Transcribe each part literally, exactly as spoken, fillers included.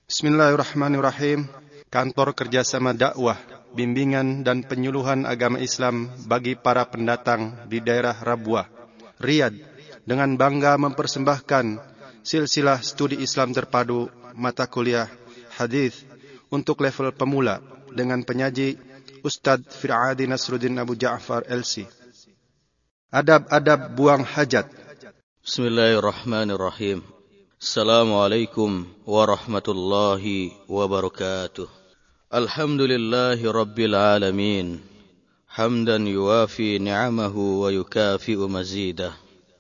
Bismillahirrahmanirrahim. Kantor Kerjasama Dakwah, Bimbingan dan Penyuluhan Agama Islam bagi para pendatang di daerah Rabwah, Riyadh, dengan bangga mempersembahkan silsilah studi Islam terpadu mata kuliah hadis untuk level pemula dengan penyaji Ustadz Fir'adi Nasruddin Abu Ja'far L C. Adab-adab buang hajat. Bismillahirrahmanirrahim. Assalamualaikum warahmatullahi wabarakatuh. Alhamdulillahi rabbil alamin. Hamdan yuwafi ni'amahu wa yukafi'u mazidah.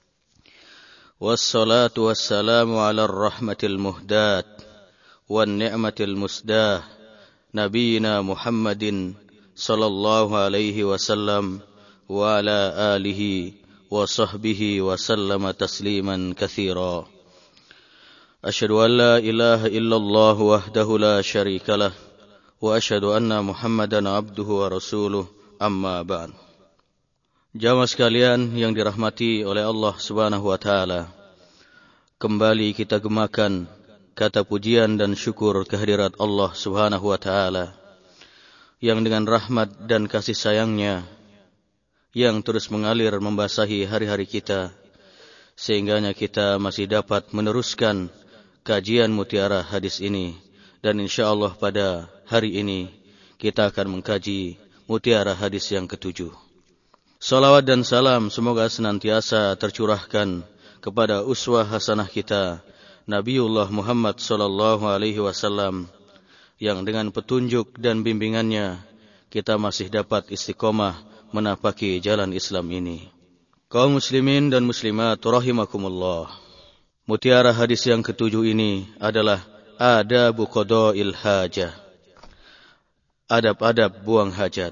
Wassalatu wassalamu ala rahmatil muhdat wan ni'matil musdah. Nabiyina Muhammadin sallallahu alaihi wasallam wa ala alihi wa sahbihi wa sallama tasliman katsira. Asyhadu an la ilaha illallah wahdahu la syarika lah wa asyhadu anna Muhammadan abduhu wa rasuluh, amma ba'd. Jamaah sekalian yang dirahmati oleh Allah Subhanahu wa taala, kembali kita gemakan kata pujian dan syukur kehadirat Allah Subhanahu wa taala yang dengan rahmat dan kasih sayangnya yang terus mengalir membasahi hari-hari kita, sehingganya kita masih dapat meneruskan kajian mutiara hadis ini, dan insyaallah pada hari ini kita akan mengkaji mutiara hadis yang ketujuh. Salawat dan salam semoga senantiasa tercurahkan kepada uswah hasanah kita Nabiullah Muhammad sallallahu alaihi wasallam, yang dengan petunjuk dan bimbingannya kita masih dapat istiqomah menapaki jalan Islam ini. Kaum muslimin dan muslimat rahimakumullah. Mutiara hadis yang ketujuh ini adalah adabu qada'il hajah. Adab-adab buang hajat.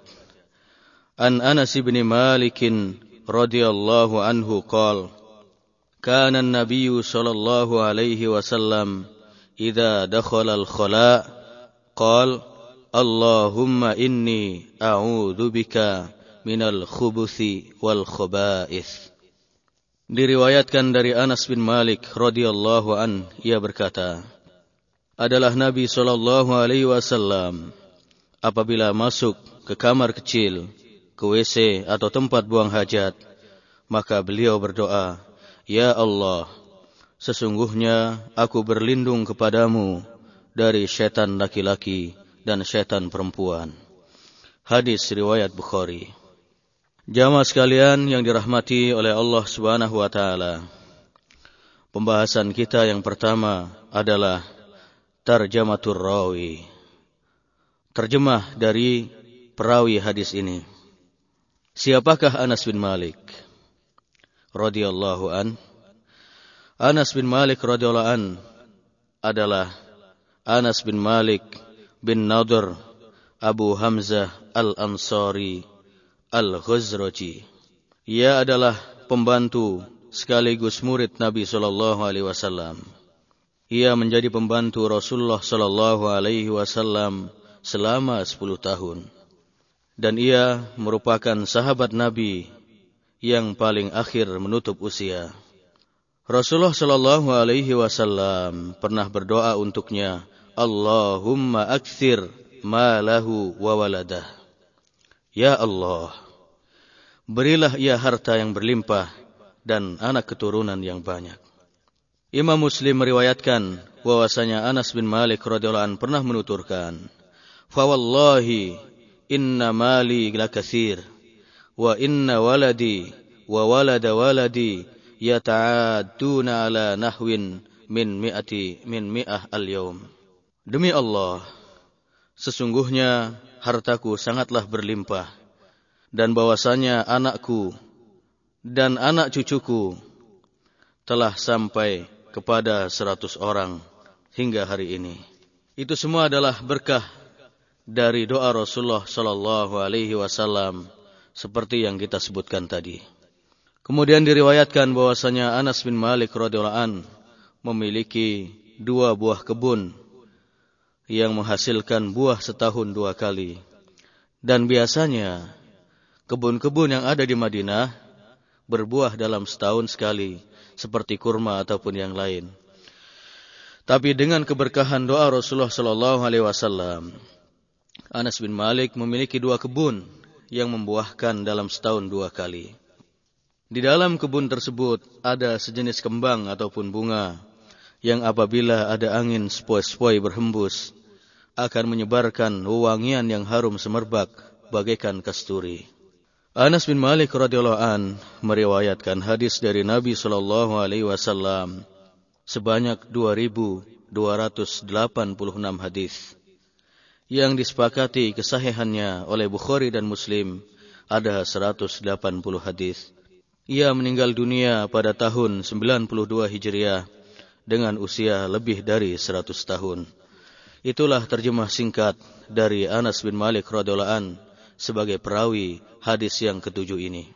An Anas bin Malik radhiyallahu anhu qala, kana an-nabiy sallallahu alaihi wasallam idza dakhala al-khala' qala, Allahumma inni a'udzu bika minal khubuthi wal khaba'ith. Diriwayatkan dari Anas bin Malik radhiyallahu an, ia berkata, adalah Nabi sallallahu alaihi wasallam apabila masuk ke kamar kecil, ke W C atau tempat buang hajat, maka beliau berdoa, ya Allah, sesungguhnya aku berlindung kepadamu dari syaitan laki-laki dan syaitan perempuan. Hadis riwayat Bukhari. Jamaah sekalian yang dirahmati oleh Allah Subhanahu wa taala. Pembahasan kita yang pertama adalah tarjamatur rawi. Terjemah dari perawi hadis ini. Siapakah Anas bin Malik radhiyallahu an? Anas bin Malik radhiyallahu an adalah Anas bin Malik bin Nadhr Abu Hamzah Al-Ansari Al-Ghazraji. Ia adalah pembantu sekaligus murid Nabi sallallahu alaihi wasallam. Ia menjadi pembantu Rasulullah sallallahu alaihi wasallam selama sepuluh tahun. Dan ia merupakan sahabat Nabi yang paling akhir menutup usia. Rasulullah sallallahu alaihi wasallam pernah berdoa untuknya, Allahumma aktsir malahu wa waladah. Ya Allah, berilah ia harta yang berlimpah dan anak keturunan yang banyak. Imam Muslim meriwayatkan bahwasanya Anas bin Malik radhiyallahu anhu pernah menuturkan, fa wallahi inna mali lakatsir wa inna waladi wa walada waladi yata'adduna ala nahwin min mi'ati min mi'ah al-yawm. Demi Allah, sesungguhnya hartaku sangatlah berlimpah, dan bahwasanya anakku dan anak cucuku telah sampai kepada seratus orang hingga hari ini. Itu semua adalah berkah dari doa Rasulullah sallallahu alaihi wasallam seperti yang kita sebutkan tadi. Kemudian diriwayatkan bahwasanya Anas bin Malik radhiyallahu an memiliki dua buah kebun yang menghasilkan buah setahun dua kali. Dan biasanya kebun-kebun yang ada di Madinah berbuah dalam setahun sekali, seperti kurma ataupun yang lain. Tapi dengan keberkahan doa Rasulullah sallallahu alaihi wasallam, Anas bin Malik memiliki dua kebun yang membuahkan dalam setahun dua kali. Di dalam kebun tersebut ada sejenis kembang ataupun bunga yang apabila ada angin sepoi-sepoi berhembus akan menyebarkan wewangian yang harum semerbak bagaikan kasturi. Anas bin Malik radhiyallahu an meriwayatkan hadis dari Nabi sallallahu alaihi wasallam sebanyak dua ribu dua ratus delapan puluh enam hadis. Yang disepakati kesahihannya oleh Bukhari dan Muslim ada seratus delapan puluh hadis. Ia meninggal dunia pada tahun sembilan puluh dua Hijriah dengan usia lebih dari seratus tahun. Itulah terjemah singkat dari Anas bin Malik radhiyallahu an sebagai perawi hadis yang ketujuh ini.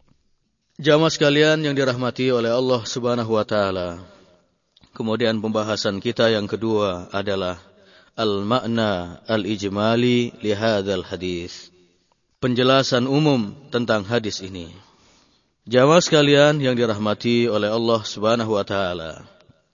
Jamaah sekalian yang dirahmati oleh Allah Subhanahu wa taala. Kemudian pembahasan kita yang kedua adalah al-makna al-ijmali li hadzal hadis. Penjelasan umum tentang hadis ini. Jamaah sekalian yang dirahmati oleh Allah Subhanahu wa taala.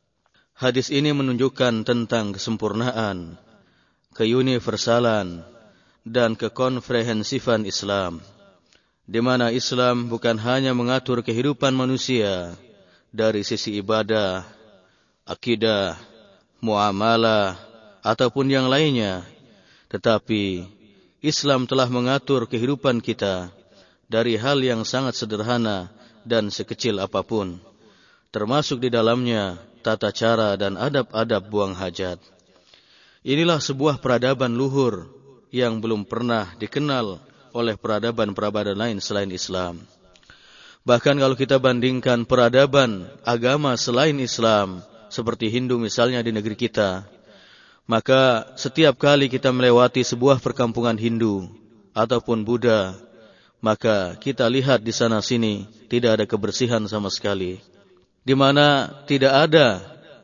Hadis ini menunjukkan tentang kesempurnaan, keuniversalan, dan kekomprehensifan Islam, di mana Islam bukan hanya mengatur kehidupan manusia dari sisi ibadah, akidah, muamalah, ataupun yang lainnya, tetapi Islam telah mengatur kehidupan kita dari hal yang sangat sederhana dan sekecil apapun, termasuk di dalamnya tata cara dan adab-adab buang hajat. Inilah sebuah peradaban luhur yang belum pernah dikenal oleh peradaban-peradaban lain selain Islam. Bahkan kalau kita bandingkan peradaban agama selain Islam, seperti Hindu misalnya di negeri kita, maka setiap kali kita melewati sebuah perkampungan Hindu ataupun Buddha, maka kita lihat di sana sini tidak ada kebersihan sama sekali, di mana tidak ada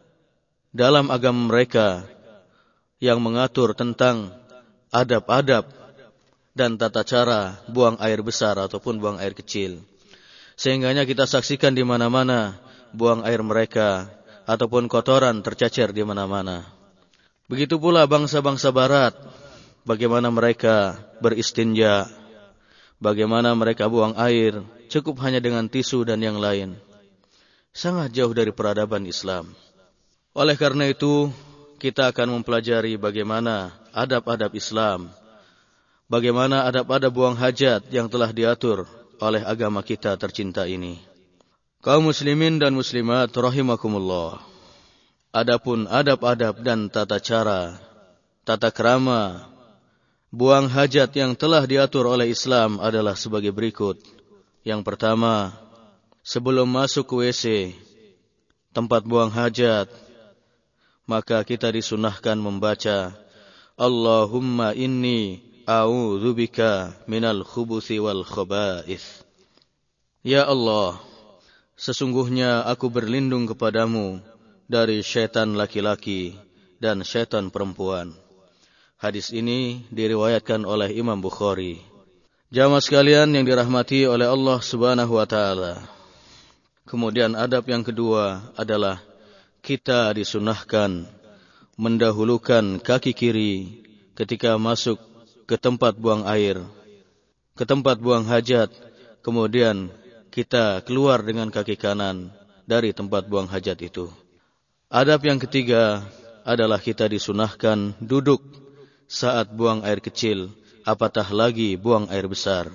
dalam agama mereka yang mengatur tentang adab-adab dan tata cara buang air besar ataupun buang air kecil. Sehingganya kita saksikan di mana-mana buang air mereka ataupun kotoran tercecer di mana-mana. Begitu pula bangsa-bangsa barat, bagaimana mereka beristinja, bagaimana mereka buang air cukup hanya dengan tisu dan yang lain. Sangat jauh dari peradaban Islam. Oleh karena itu, kita akan mempelajari bagaimana adab-adab Islam, bagaimana adab-adab buang hajat yang telah diatur oleh agama kita tercinta ini. Kaum muslimin dan muslimat rahimakumullah. Adapun adab-adab dan tata cara, tata krama buang hajat yang telah diatur oleh Islam adalah sebagai berikut. Yang pertama, sebelum masuk ke W C, tempat buang hajat, maka kita disunahkan membaca Allahumma inni a'udzubika minal khubuthi wal khaba'ith. Ya Allah, sesungguhnya aku berlindung kepadamu dari syaitan laki-laki dan syaitan perempuan. Hadis ini diriwayatkan oleh Imam Bukhari. Jamaah sekalian yang dirahmati oleh Allah Subhanahu wa taala. Kemudian adab yang kedua adalah kita disunahkan mendahulukan kaki kiri ketika masuk ke tempat buang air, ke tempat buang hajat, kemudian kita keluar dengan kaki kanan dari tempat buang hajat itu. Adab yang ketiga adalah kita disunahkan duduk saat buang air kecil, apatah lagi buang air besar.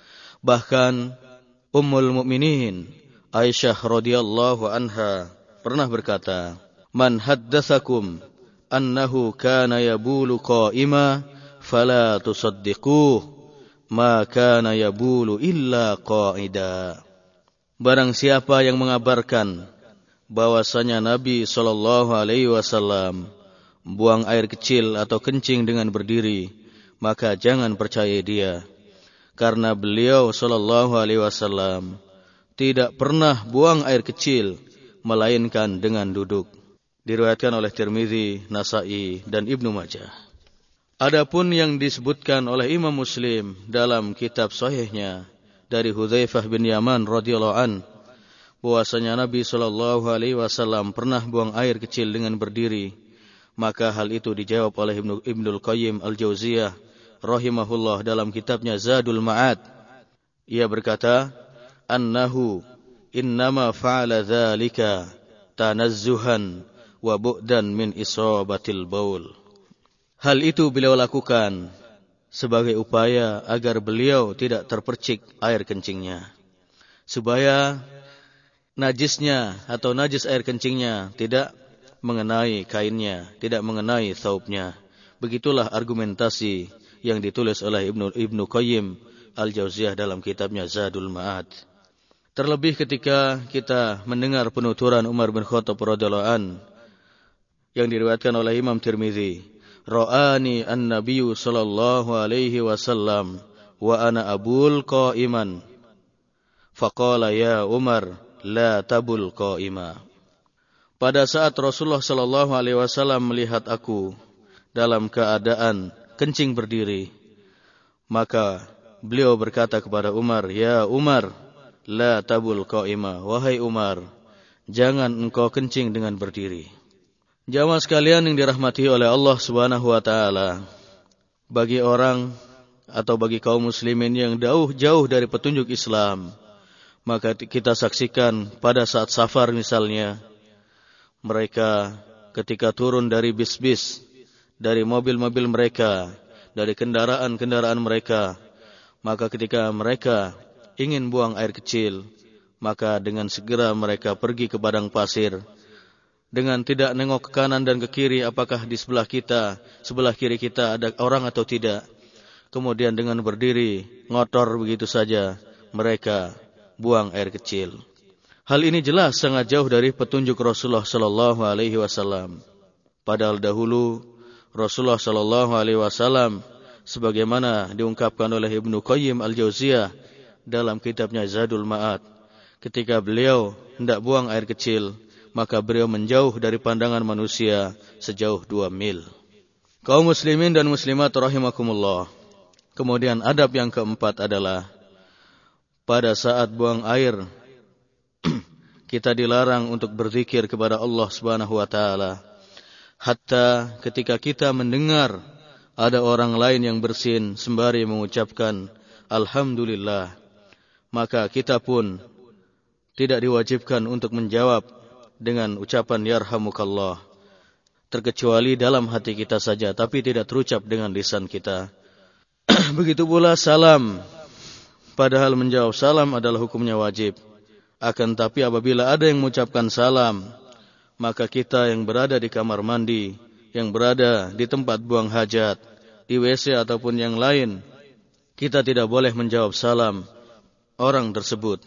Bahkan Ummul Mukminin Aisyah radhiyallahu anha pernah berkata, "Man haddatsakum annahu kana yabulu qa'ima fala tusaddiquh ma kana yabulu illa qa'ida." Barang siapa yang mengabarkan bahwasanya Nabi sallallahu alaihi wasallam buang air kecil atau kencing dengan berdiri, maka jangan percaya dia, karena beliau sallallahu alaihi wasallam tidak pernah buang air kecil melainkan dengan duduk. Diriwayatkan oleh Tirmizi, Nasa'i dan Ibnu Majah. Adapun yang disebutkan oleh Imam Muslim dalam kitab sahihnya dari Hudzaifah bin Yaman radhiyallahu an, bahwasanya Nabi sallallahu alaihi wasallam pernah buang air kecil dengan berdiri, maka hal itu dijawab oleh Ibnu Ibnul Qayyim Al-Jauziyah rahimahullah dalam kitabnya Zadul Ma'ad. Ia berkata, annahu innama fa'ala dzalika tanazzuhan wa bu'dan min isabatil baul. Hal itu beliau lakukan sebagai upaya agar beliau tidak terpercik air kencingnya, supaya najisnya atau najis air kencingnya tidak mengenai kainnya, tidak mengenai thawbnya. Begitulah argumentasi yang ditulis oleh Ibnu Ibnu Qayyim Al-Jauziyah dalam kitabnya Zadul Ma'ad. Terlebih ketika kita mendengar penuturan Umar bin Khattab radhiyallahu an yang diriwayatkan oleh Imam Tirmizi, ra'ani an-nabiyyu sallallahu alaihi wasallam wa ana abul qa'iman faqala ya Umar la tabul qa'ima. Pada saat Rasulullah sallallahu alaihi wasallam melihat aku dalam keadaan kencing berdiri, maka beliau berkata kepada Umar, ya Umar, la tabul qa'ima, wahai Umar, jangan engkau kencing dengan berdiri. Jamaah sekalian yang dirahmati oleh Allah Subhanahu wa taala, bagi orang atau bagi kaum muslimin yang jauh-jauh dari petunjuk Islam, maka kita saksikan pada saat safar misalnya, mereka ketika turun dari bis-bis, dari mobil-mobil mereka, dari kendaraan-kendaraan mereka, maka ketika mereka ingin buang air kecil, maka dengan segera mereka pergi ke padang pasir, dengan tidak nengok ke kanan dan ke kiri apakah di sebelah kita, sebelah kiri kita ada orang atau tidak. Kemudian dengan berdiri, ngotor begitu saja, mereka buang air kecil. Hal ini jelas sangat jauh dari petunjuk Rasulullah sallallahu alaihi wasallam. Padahal dahulu Rasulullah sallallahu alaihi wasallam sebagaimana diungkapkan oleh Ibnu Qayyim Al-Jauziyah dalam kitabnya Zadul Ma'ad, ketika beliau hendak buang air kecil, maka beliau menjauh dari pandangan manusia sejauh dua mil. Kaum muslimin dan muslimat rahimakumullah. Kemudian adab yang keempat adalah pada saat buang air kita dilarang untuk berzikir kepada Allah Subhanahu wa taala. Hatta ketika kita mendengar ada orang lain yang bersin sembari mengucapkan alhamdulillah, maka kita pun tidak diwajibkan untuk menjawab dengan ucapan yarhamukallah, terkecuali dalam hati kita saja, tapi tidak terucap dengan lisan kita. Begitu pula salam, padahal menjawab salam adalah hukumnya wajib. Akan tapi apabila ada yang mengucapkan salam, maka kita yang berada di kamar mandi, yang berada di tempat buang hajat, di W C ataupun yang lain, kita tidak boleh menjawab salam orang tersebut.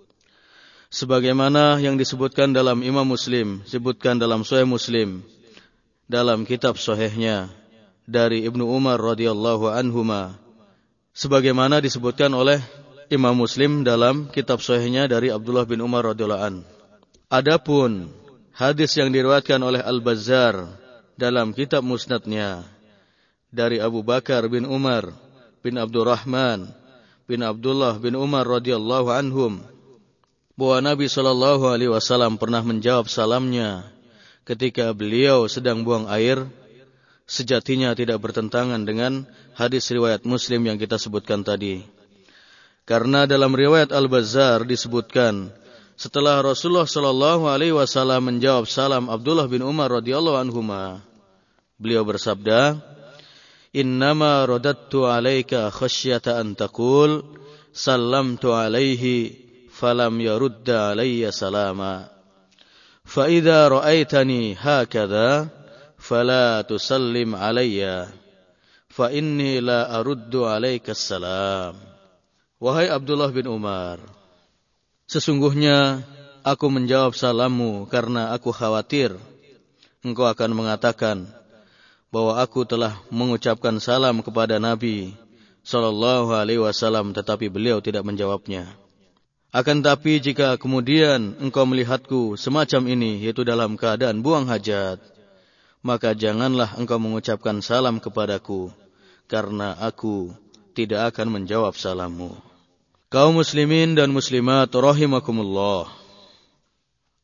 Sebagaimana yang disebutkan dalam Imam Muslim, disebutkan dalam Sahih Muslim, dalam kitab Sahihnya dari Ibnu Umar radhiyallahu anhuma, sebagaimana disebutkan oleh Imam Muslim dalam kitab Sahihnya dari Abdullah bin Umar radhiyallahu an. Adapun hadis yang diriwayatkan oleh Al-Bazzar dalam kitab Musnadnya dari Abu Bakar bin Umar bin Abdurrahman bin Abdullah bin Umar radhiyallahu anhum, bahwa Nabi sallallahu alaihi wasallam pernah menjawab salamnya ketika beliau sedang buang air, sejatinya tidak bertentangan dengan hadis riwayat Muslim yang kita sebutkan tadi. Karena dalam riwayat Al-Bazzar disebutkan, setelah Rasulullah sallallahu alaihi wasallam menjawab salam Abdullah bin Umar radhiyallahu anhuma, beliau bersabda, "Innama radattu 'alaika khasyata an taqul sallamtu 'alaihi falam yarudda 'alayya salama. Fa idza ra'aitani hakadha fala tusallim 'alayya fa inni la aruddu 'alaika salam." Wahai Abdullah bin Umar, sesungguhnya aku menjawab salammu karena aku khawatir engkau akan mengatakan bahwa aku telah mengucapkan salam kepada Nabi sallallahu alaihi wasallam, tetapi beliau tidak menjawabnya. Akan tapi jika kemudian engkau melihatku semacam ini, yaitu dalam keadaan buang hajat, maka janganlah engkau mengucapkan salam kepadaku, karena aku tidak akan menjawab salammu. Kaum muslimin dan muslimat rahimakumullah.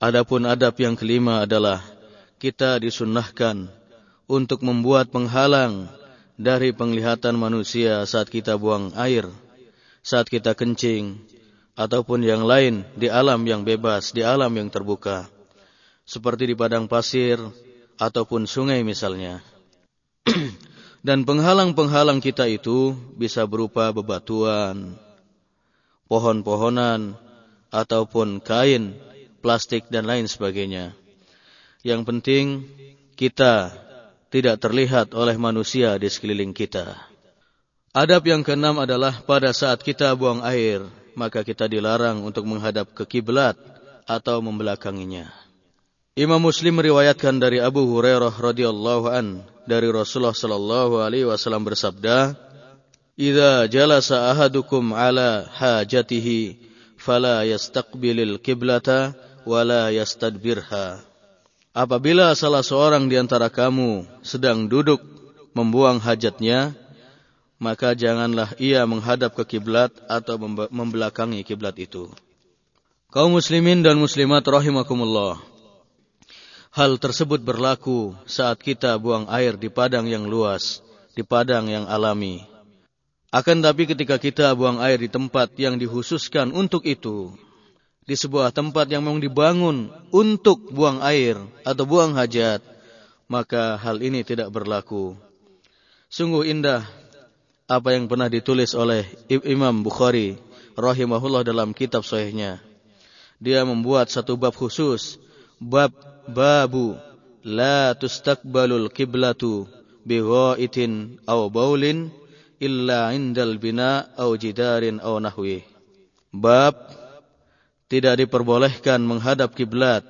Adapun adab yang kelima adalah kita disunnahkan untuk membuat penghalang dari penglihatan manusia saat kita buang air, saat kita kencing, ataupun yang lain di alam yang bebas, di alam yang terbuka, seperti di padang pasir ataupun sungai misalnya. Dan penghalang-penghalang kita itu bisa berupa bebatuan, pohon-pohonan, ataupun kain, plastik, dan lain sebagainya. Yang penting kita tidak terlihat oleh manusia di sekeliling kita. Adab yang keenam adalah pada saat kita buang air, maka kita dilarang untuk menghadap ke kiblat atau membelakanginya. Imam Muslim meriwayatkan dari Abu Hurairah radhiyallahu an dari Rasulullah sallallahu alaihi wasallam bersabda, "Idza jalasa ahadukum ala hajatihi fala yastaqbilil qiblata wala yastadbirha." Apabila salah seorang di antara kamu sedang duduk membuang hajatnya, maka janganlah ia menghadap ke kiblat atau membelakangi kiblat itu. Kaum muslimin dan muslimat rahimakumullah. Hal tersebut berlaku saat kita buang air di padang yang luas, di padang yang alami. Akan tapi ketika kita buang air di tempat yang dikhususkan untuk itu, di sebuah tempat yang memang dibangun untuk buang air atau buang hajat, maka hal ini tidak berlaku. Sungguh indah apa yang pernah ditulis oleh Imam Bukhari rahimahullah dalam kitab sahihnya. Dia membuat satu bab khusus, bab babu la tustaqbalul qiblatu bi ghaitin aw baulin illa indal bina aw jidarin aw nahwi. Bab tidak diperbolehkan menghadap kiblat,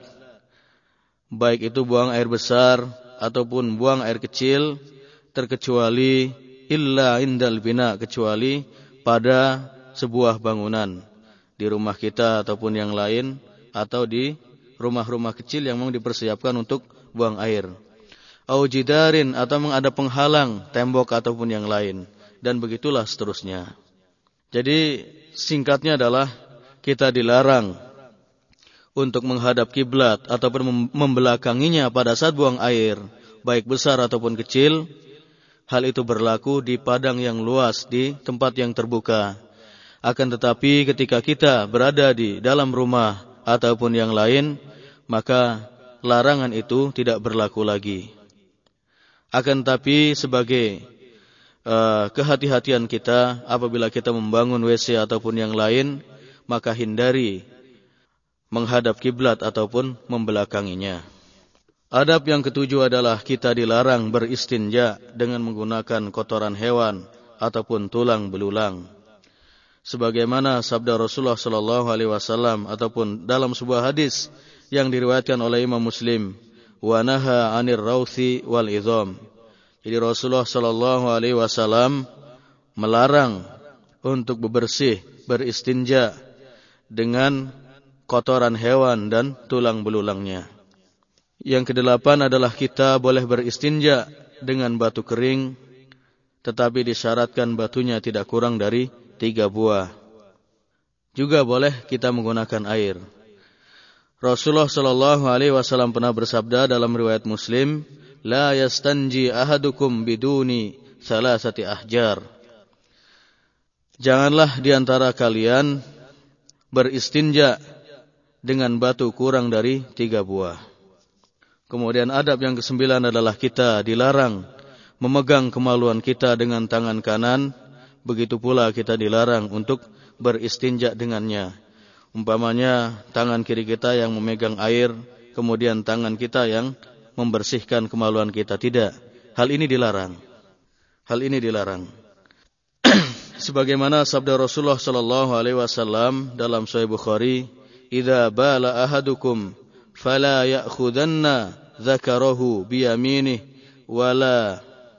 baik itu buang air besar ataupun buang air kecil, terkecuali illa indal bina, kecuali pada sebuah bangunan di rumah kita ataupun yang lain, atau di rumah-rumah kecil yang memang dipersiapkan untuk buang air. Au jidarin, atau memang ada penghalang tembok ataupun yang lain, dan begitulah seterusnya. Jadi singkatnya adalah kita dilarang untuk menghadap kiblat ataupun membelakanginya pada saat buang air, baik besar ataupun kecil. Hal itu berlaku di padang yang luas, di tempat yang terbuka. Akan tetapi ketika kita berada di dalam rumah ataupun yang lain, maka larangan itu tidak berlaku lagi. Akan tetapi sebagai uh, kehati-hatian kita apabila kita membangun W C ataupun yang lain, maka hindari menghadap kiblat ataupun membelakanginya. Adab yang ketujuh adalah kita dilarang beristinja dengan menggunakan kotoran hewan ataupun tulang belulang. Sebagaimana sabda Rasulullah sallallahu alaihi wasallam ataupun dalam sebuah hadis yang diriwayatkan oleh Imam Muslim, wa naha 'anir rauthi wal idham. Jadi Rasulullah sallallahu alaihi wasallam melarang untuk bebersih, beristinja dengan kotoran hewan dan tulang belulangnya. Yang kedelapan adalah kita boleh beristinja dengan batu kering, tetapi disyaratkan batunya tidak kurang dari tiga buah. Juga boleh kita menggunakan air. Rasulullah sallallahu alaihi wasallam pernah bersabda dalam riwayat Muslim, la yastanji ahadukum biduni salasati ahjar. Janganlah di antara kalian beristinja dengan batu kurang dari tiga buah. Kemudian adab yang kesembilan adalah kita dilarang memegang kemaluan kita dengan tangan kanan. Begitu pula kita dilarang untuk beristinja dengannya. Umpamanya tangan kiri kita yang memegang air, kemudian tangan kita yang membersihkan kemaluan kita. Tidak. Hal ini dilarang. Hal ini dilarang. Sebagaimana sabda Rasulullah sallallahu alaihi wasallam dalam Sahih Bukhari, "Idza bala ahadukum fala ya'khudanna dzakarahu bi yaminihi wala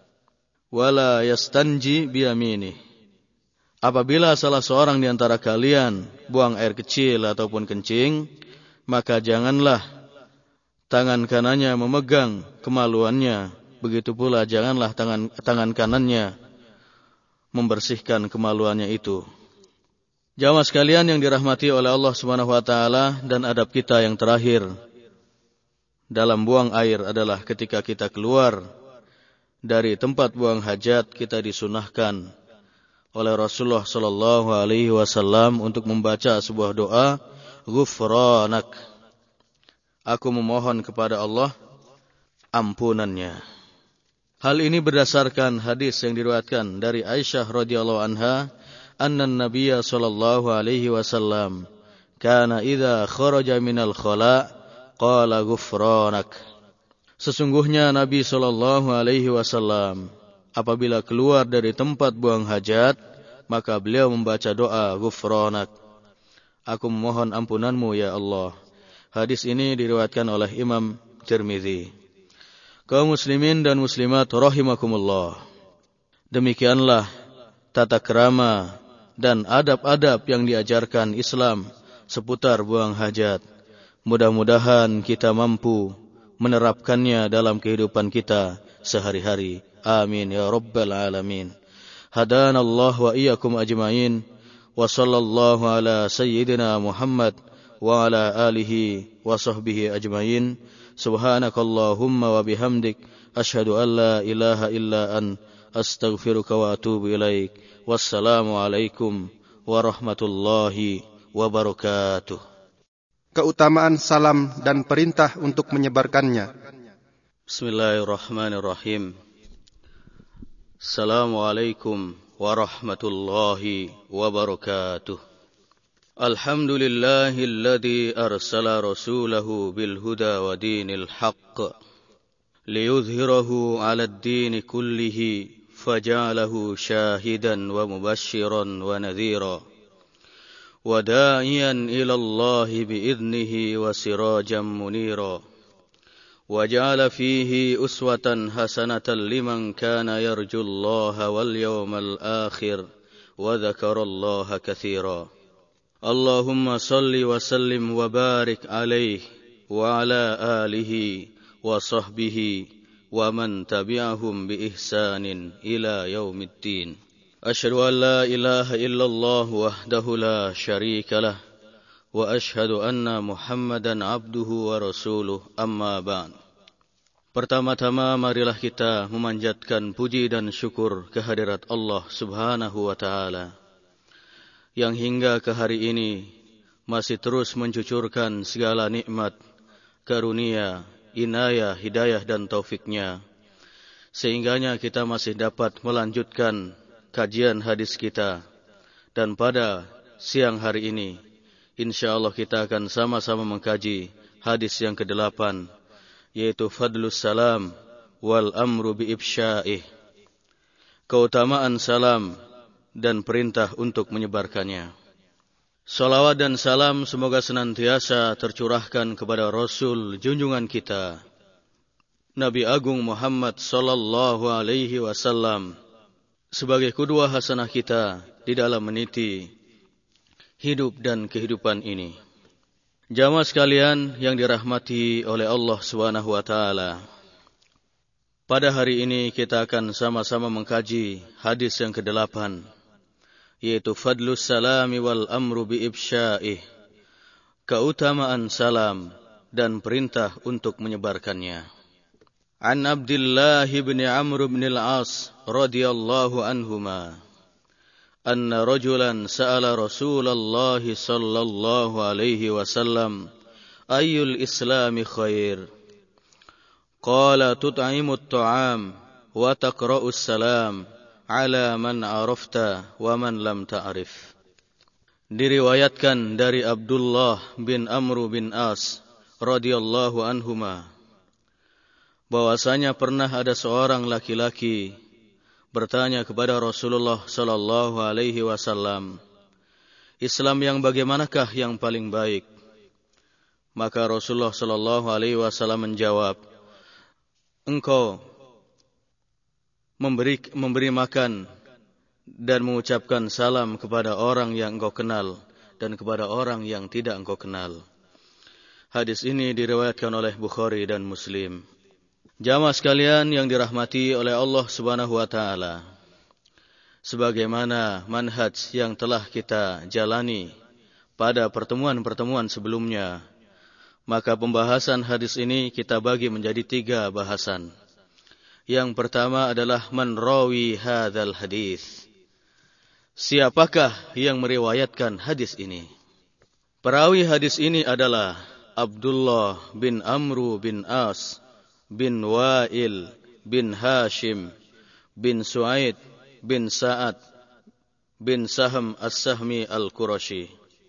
wala yastanji bi yaminihi." Apabila salah seorang di antara kalian buang air kecil ataupun kencing, maka janganlah tangan kanannya memegang kemaluannya. Begitu pula janganlah tangan tangan kanannya membersihkan kemaluannya itu. Jamaah sekalian yang dirahmati oleh Allah Subhanahu wa taala, dan adab kita yang terakhir dalam buang air adalah ketika kita keluar dari tempat buang hajat, kita disunahkan oleh Rasulullah sallallahu alaihi wasallam untuk membaca sebuah doa, ghufranak. Aku memohon kepada Allah ampunannya. Hal ini berdasarkan hadis yang diriwayatkan dari Aisyah radhiyallahu anha, anna an-nabiyya sallallahu alaihi wasallam kana idza kharaja minal khala qala ghufranak. Sesungguhnya Nabi sallallahu alaihi wasallam apabila keluar dari tempat buang hajat, maka beliau membaca doa ghufranak. Aku memohon ampunanmu ya Allah. Hadis ini diriwayatkan oleh Imam Tirmizi. Kaum muslimin dan muslimat rahimakumullah. Demikianlah tata krama dan adab-adab yang diajarkan Islam seputar buang hajat. Mudah-mudahan kita mampu menerapkannya dalam kehidupan kita sehari-hari. Amin ya rabbal alamin. Hadanallah wa iyyakum ajma'in. Wa sallallahu ala sayyidina Muhammad wa ala alihi wa sahbihi ajma'in. Subhanakallahumma wa bihamdik asyhadu an la ilaha illa an astaghfiruka wa atubu ilaik. Wassalamu alaikum warahmatullahi wabarakatuh. Keutamaan salam dan perintah untuk menyebarkannya. Bismillahirrahmanirrahim. Assalamualaikum warahmatullahi wabarakatuh. Alhamdulillahilladzi arsala rasulahu bil huda wa dinil haqq liyudhhirahu 'alad dini kullihi faja'alahu syahidan wa mubasysyiran wa nadhira wa da'iyan ila Allah bi'idnihi wa sirajan munira wa ja'ala fihi uswatan hasanatan liman kana yarjullaha wal yawmal akhir wa dzakarallaha katsira. Allahumma salli wa sallim wa barik alaihi wa ala alihi wa sahbihi wa man tabi'ahum bi ihsanin ila yaumiddin. Asyhadu an la ilaha illallah wahdahu la syarika lah wa asyhadu anna Muhammadan abduhu wa rasuluh, amma ba'd. Pertama-tama marilah kita memanjatkan puji dan syukur kehadirat Allah Subhanahu wa taala yang hingga ke hari ini masih terus mencucurkan segala nikmat, karunia, inayah, hidayah dan taufiknya, sehingganya kita masih dapat melanjutkan kajian hadis kita. Dan pada siang hari ini, insyaallah kita akan sama-sama mengkaji hadis yang kedelapan, yaitu Fadlus Salam wal Amru bi Ifsya'ih. Keutamaan salam dan perintah untuk menyebarkannya. Salawat dan salam semoga senantiasa tercurahkan kepada Rasul junjungan kita, Nabi Agung Muhammad sallallahu alaihi wasallam, sebagai qudwah hasanah kita di dalam meniti hidup dan kehidupan ini. Jamaah sekalian yang dirahmati oleh Allah Subhanahu wa taala, pada hari ini kita akan sama-sama mengkaji hadis yang kedelapan, yaitu Fadlus Salami wal Amru bi Ifsya'ih, keutamaan salam dan perintah untuk menyebarkannya. An Abdullah bin Amr bin al-As radhiyallahu anhuma anna rajulan sa'ala Rasulullah sallallahu alaihi wasallam ayyul islami khair. Qala tut'imu at-ta'am wa taqra'u as-salam ala man arafta wa man lam ta'rif. Diriwayatkan dari Abdullah bin Amr bin As radhiyallahu anhuma bahwasanya pernah ada seorang laki-laki bertanya kepada Rasulullah sallallahu alaihi wasallam, Islam yang bagaimanakah yang paling baik? Maka Rasulullah sallallahu alaihi wasallam menjawab, engkau memberi memberi makan dan mengucapkan salam kepada orang yang engkau kenal dan kepada orang yang tidak engkau kenal. Hadis ini diriwayatkan oleh Bukhari dan Muslim. Jamaah sekalian yang dirahmati oleh Allah Subhanahu wa taala, sebagaimana manhaj yang telah kita jalani pada pertemuan-pertemuan sebelumnya, maka pembahasan hadis ini kita bagi menjadi tiga bahasan. Yang pertama adalah man rawi hadzal hadis. Siapakah yang meriwayatkan hadis ini? Perawi hadis ini adalah Abdullah bin Amru bin As bin Wa'il bin Hashim bin Su'aid bin Sa'ad bin Sahm As-Sahmi Al-Qurashi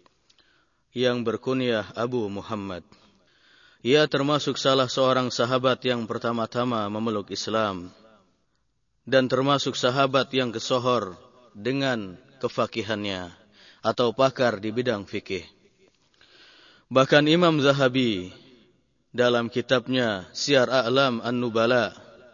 yang berkunyah Abu Muhammad. Ia termasuk salah seorang sahabat yang pertama-tama memeluk Islam dan termasuk sahabat yang kesohor dengan kefakihannya atau pakar di bidang fikih. Bahkan Imam Zahabi dalam kitabnya Syiar A'lam An-Nubala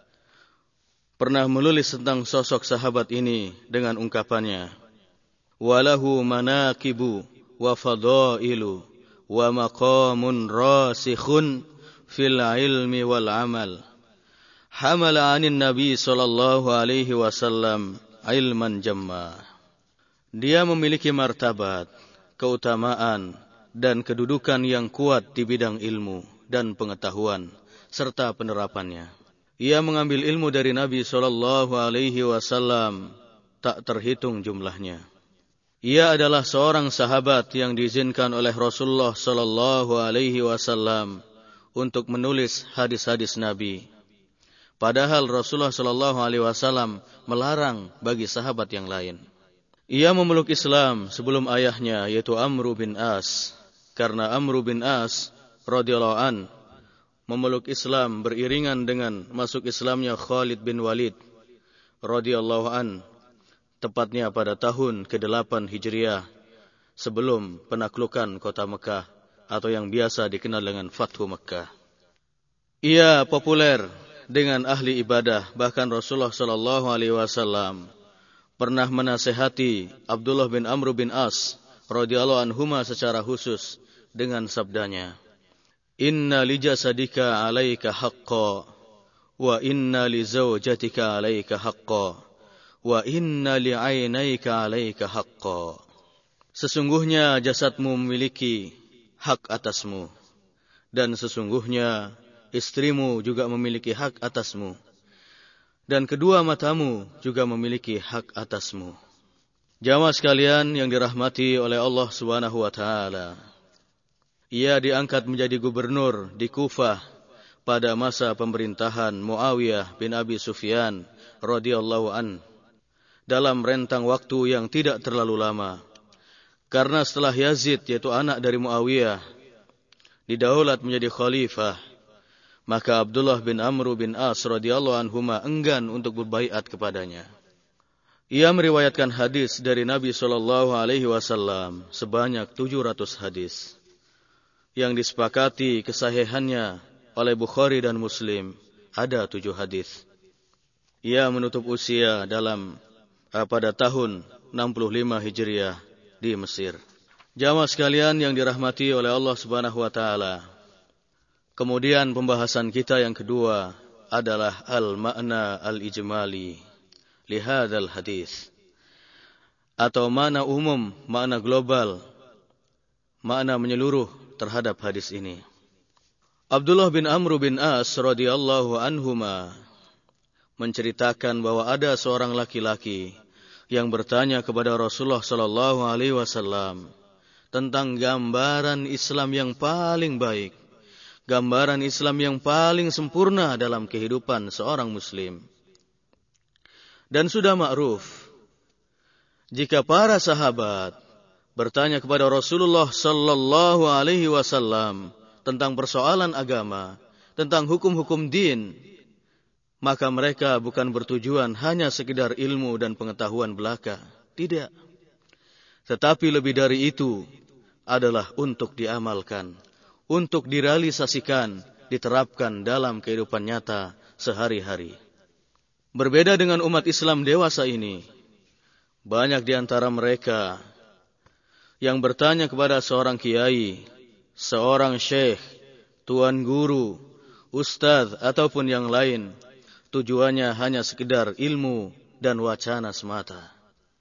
pernah menulis tentang sosok sahabat ini dengan ungkapannya, walahu manaqibu wa fadailu wa maqamun rasikhun fil ilmi wal amal, hamala 'anin nabi sallallahu alaihi wasallam ilman jamma. Dia memiliki martabat, keutamaan dan kedudukan yang kuat di bidang ilmu dan pengetahuan serta penerapannya. Ia mengambil ilmu dari Nabi sallallahu alaihi wasallam tak terhitung jumlahnya. Ia adalah seorang sahabat yang diizinkan oleh Rasulullah sallallahu alaihi wasallam untuk menulis hadis-hadis Nabi. Padahal Rasulullah sallallahu alaihi wasallam melarang bagi sahabat yang lain. Ia memeluk Islam sebelum ayahnya, yaitu Amru bin As. Karena Amru bin As radhiyallahu an memeluk Islam beriringan dengan masuk Islamnya Khalid bin Walid radhiyallahu an, tepatnya pada tahun kedelapan Hijriah sebelum penaklukan kota Mekah atau yang biasa dikenal dengan Fathu Mekah. Ia populer dengan ahli ibadah, bahkan Rasulullah sallallahu alaihi wasallam pernah menasihati Abdullah bin Amr bin As radhiyallahu anhuma secara khusus dengan sabdanya, inna li jasadika 'alaika haqqan wa inna li zawjatika 'alaika haqqan wa inna li 'ainaika 'alaika haqqan. Sesungguhnya jasadmu memiliki hak atasmu dan sesungguhnya istrimu juga memiliki hak atasmu dan kedua matamu juga memiliki hak atasmu. Jamaah sekalian yang dirahmati oleh Allah Subhanahu wa taala, ia diangkat menjadi gubernur di Kufah pada masa pemerintahan Muawiyah bin Abi Sufyan radhiyallahu an dalam rentang waktu yang tidak terlalu lama. Karena setelah Yazid, yaitu anak dari Muawiyah, didaulat menjadi khalifah, maka Abdullah bin Amr bin As radhiyallahu anhuma enggan untuk berbaiat kepadanya. Ia meriwayatkan hadis dari Nabi sallallahu alaihi wasallam sebanyak tujuh ratus hadis. Yang disepakati kesahihannya oleh Bukhari dan Muslim ada tujuh hadis. Ia menutup usia dalam uh, pada tahun enam puluh lima Hijriah di Mesir. Jamaah sekalian yang dirahmati oleh Allah Subhanahu wa taala. Kemudian pembahasan kita yang kedua adalah al-ma'na al-ijmali li hadzal hadis, atau makna umum, makna global, makna menyeluruh terhadap hadis ini. Abdullah bin Amr bin As radhiyallahu anhuma menceritakan bahwa ada seorang laki-laki yang bertanya kepada Rasulullah sallallahu alaihi wasallam tentang gambaran Islam yang paling baik, gambaran Islam yang paling sempurna dalam kehidupan seorang muslim. Dan sudah ma'ruf jika para sahabat bertanya kepada Rasulullah sallallahu alaihi wasallam tentang persoalan agama, tentang hukum-hukum din, maka mereka bukan bertujuan hanya sekedar ilmu dan pengetahuan belaka. Tidak. Tetapi lebih dari itu adalah untuk diamalkan, untuk direalisasikan, diterapkan dalam kehidupan nyata sehari-hari. Berbeda dengan umat Islam dewasa ini, banyak di antara mereka yang bertanya kepada seorang kiai, seorang syekh, tuan guru, ustadz ataupun yang lain, tujuannya hanya sekedar ilmu dan wacana semata.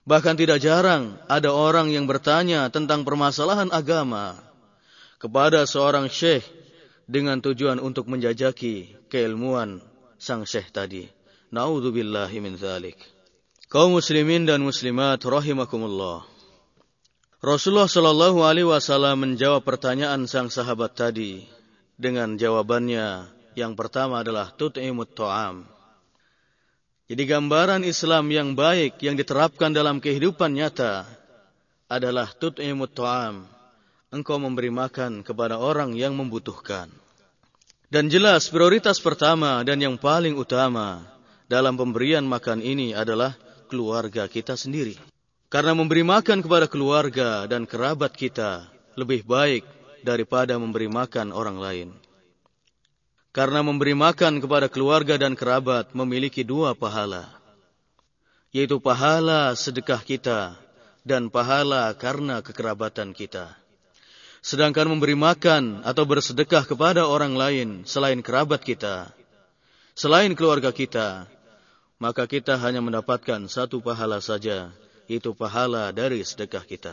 Bahkan tidak jarang ada orang yang bertanya tentang permasalahan agama kepada seorang syekh dengan tujuan untuk menjajaki keilmuan sang syekh tadi. Na'udzubillahi min dzalik. Kaum muslimin dan muslimat rahimakumullah. Rasulullah sallallahu alaihi wasallam menjawab pertanyaan sang sahabat tadi dengan jawabannya yang pertama adalah tut'imut ta'am. Jadi gambaran Islam yang baik yang diterapkan dalam kehidupan nyata adalah tut'imut ta'am. Engkau memberi makan kepada orang yang membutuhkan. Dan jelas prioritas pertama dan yang paling utama dalam pemberian makan ini adalah keluarga kita sendiri. Karena memberi makan kepada keluarga dan kerabat kita lebih baik daripada memberi makan orang lain. Karena memberi makan kepada keluarga dan kerabat memiliki dua pahala, yaitu pahala sedekah kita dan pahala karena kekerabatan kita. Sedangkan memberi makan atau bersedekah kepada orang lain selain kerabat kita, selain keluarga kita, maka kita hanya mendapatkan satu pahala saja, yaitu pahala dari sedekah kita.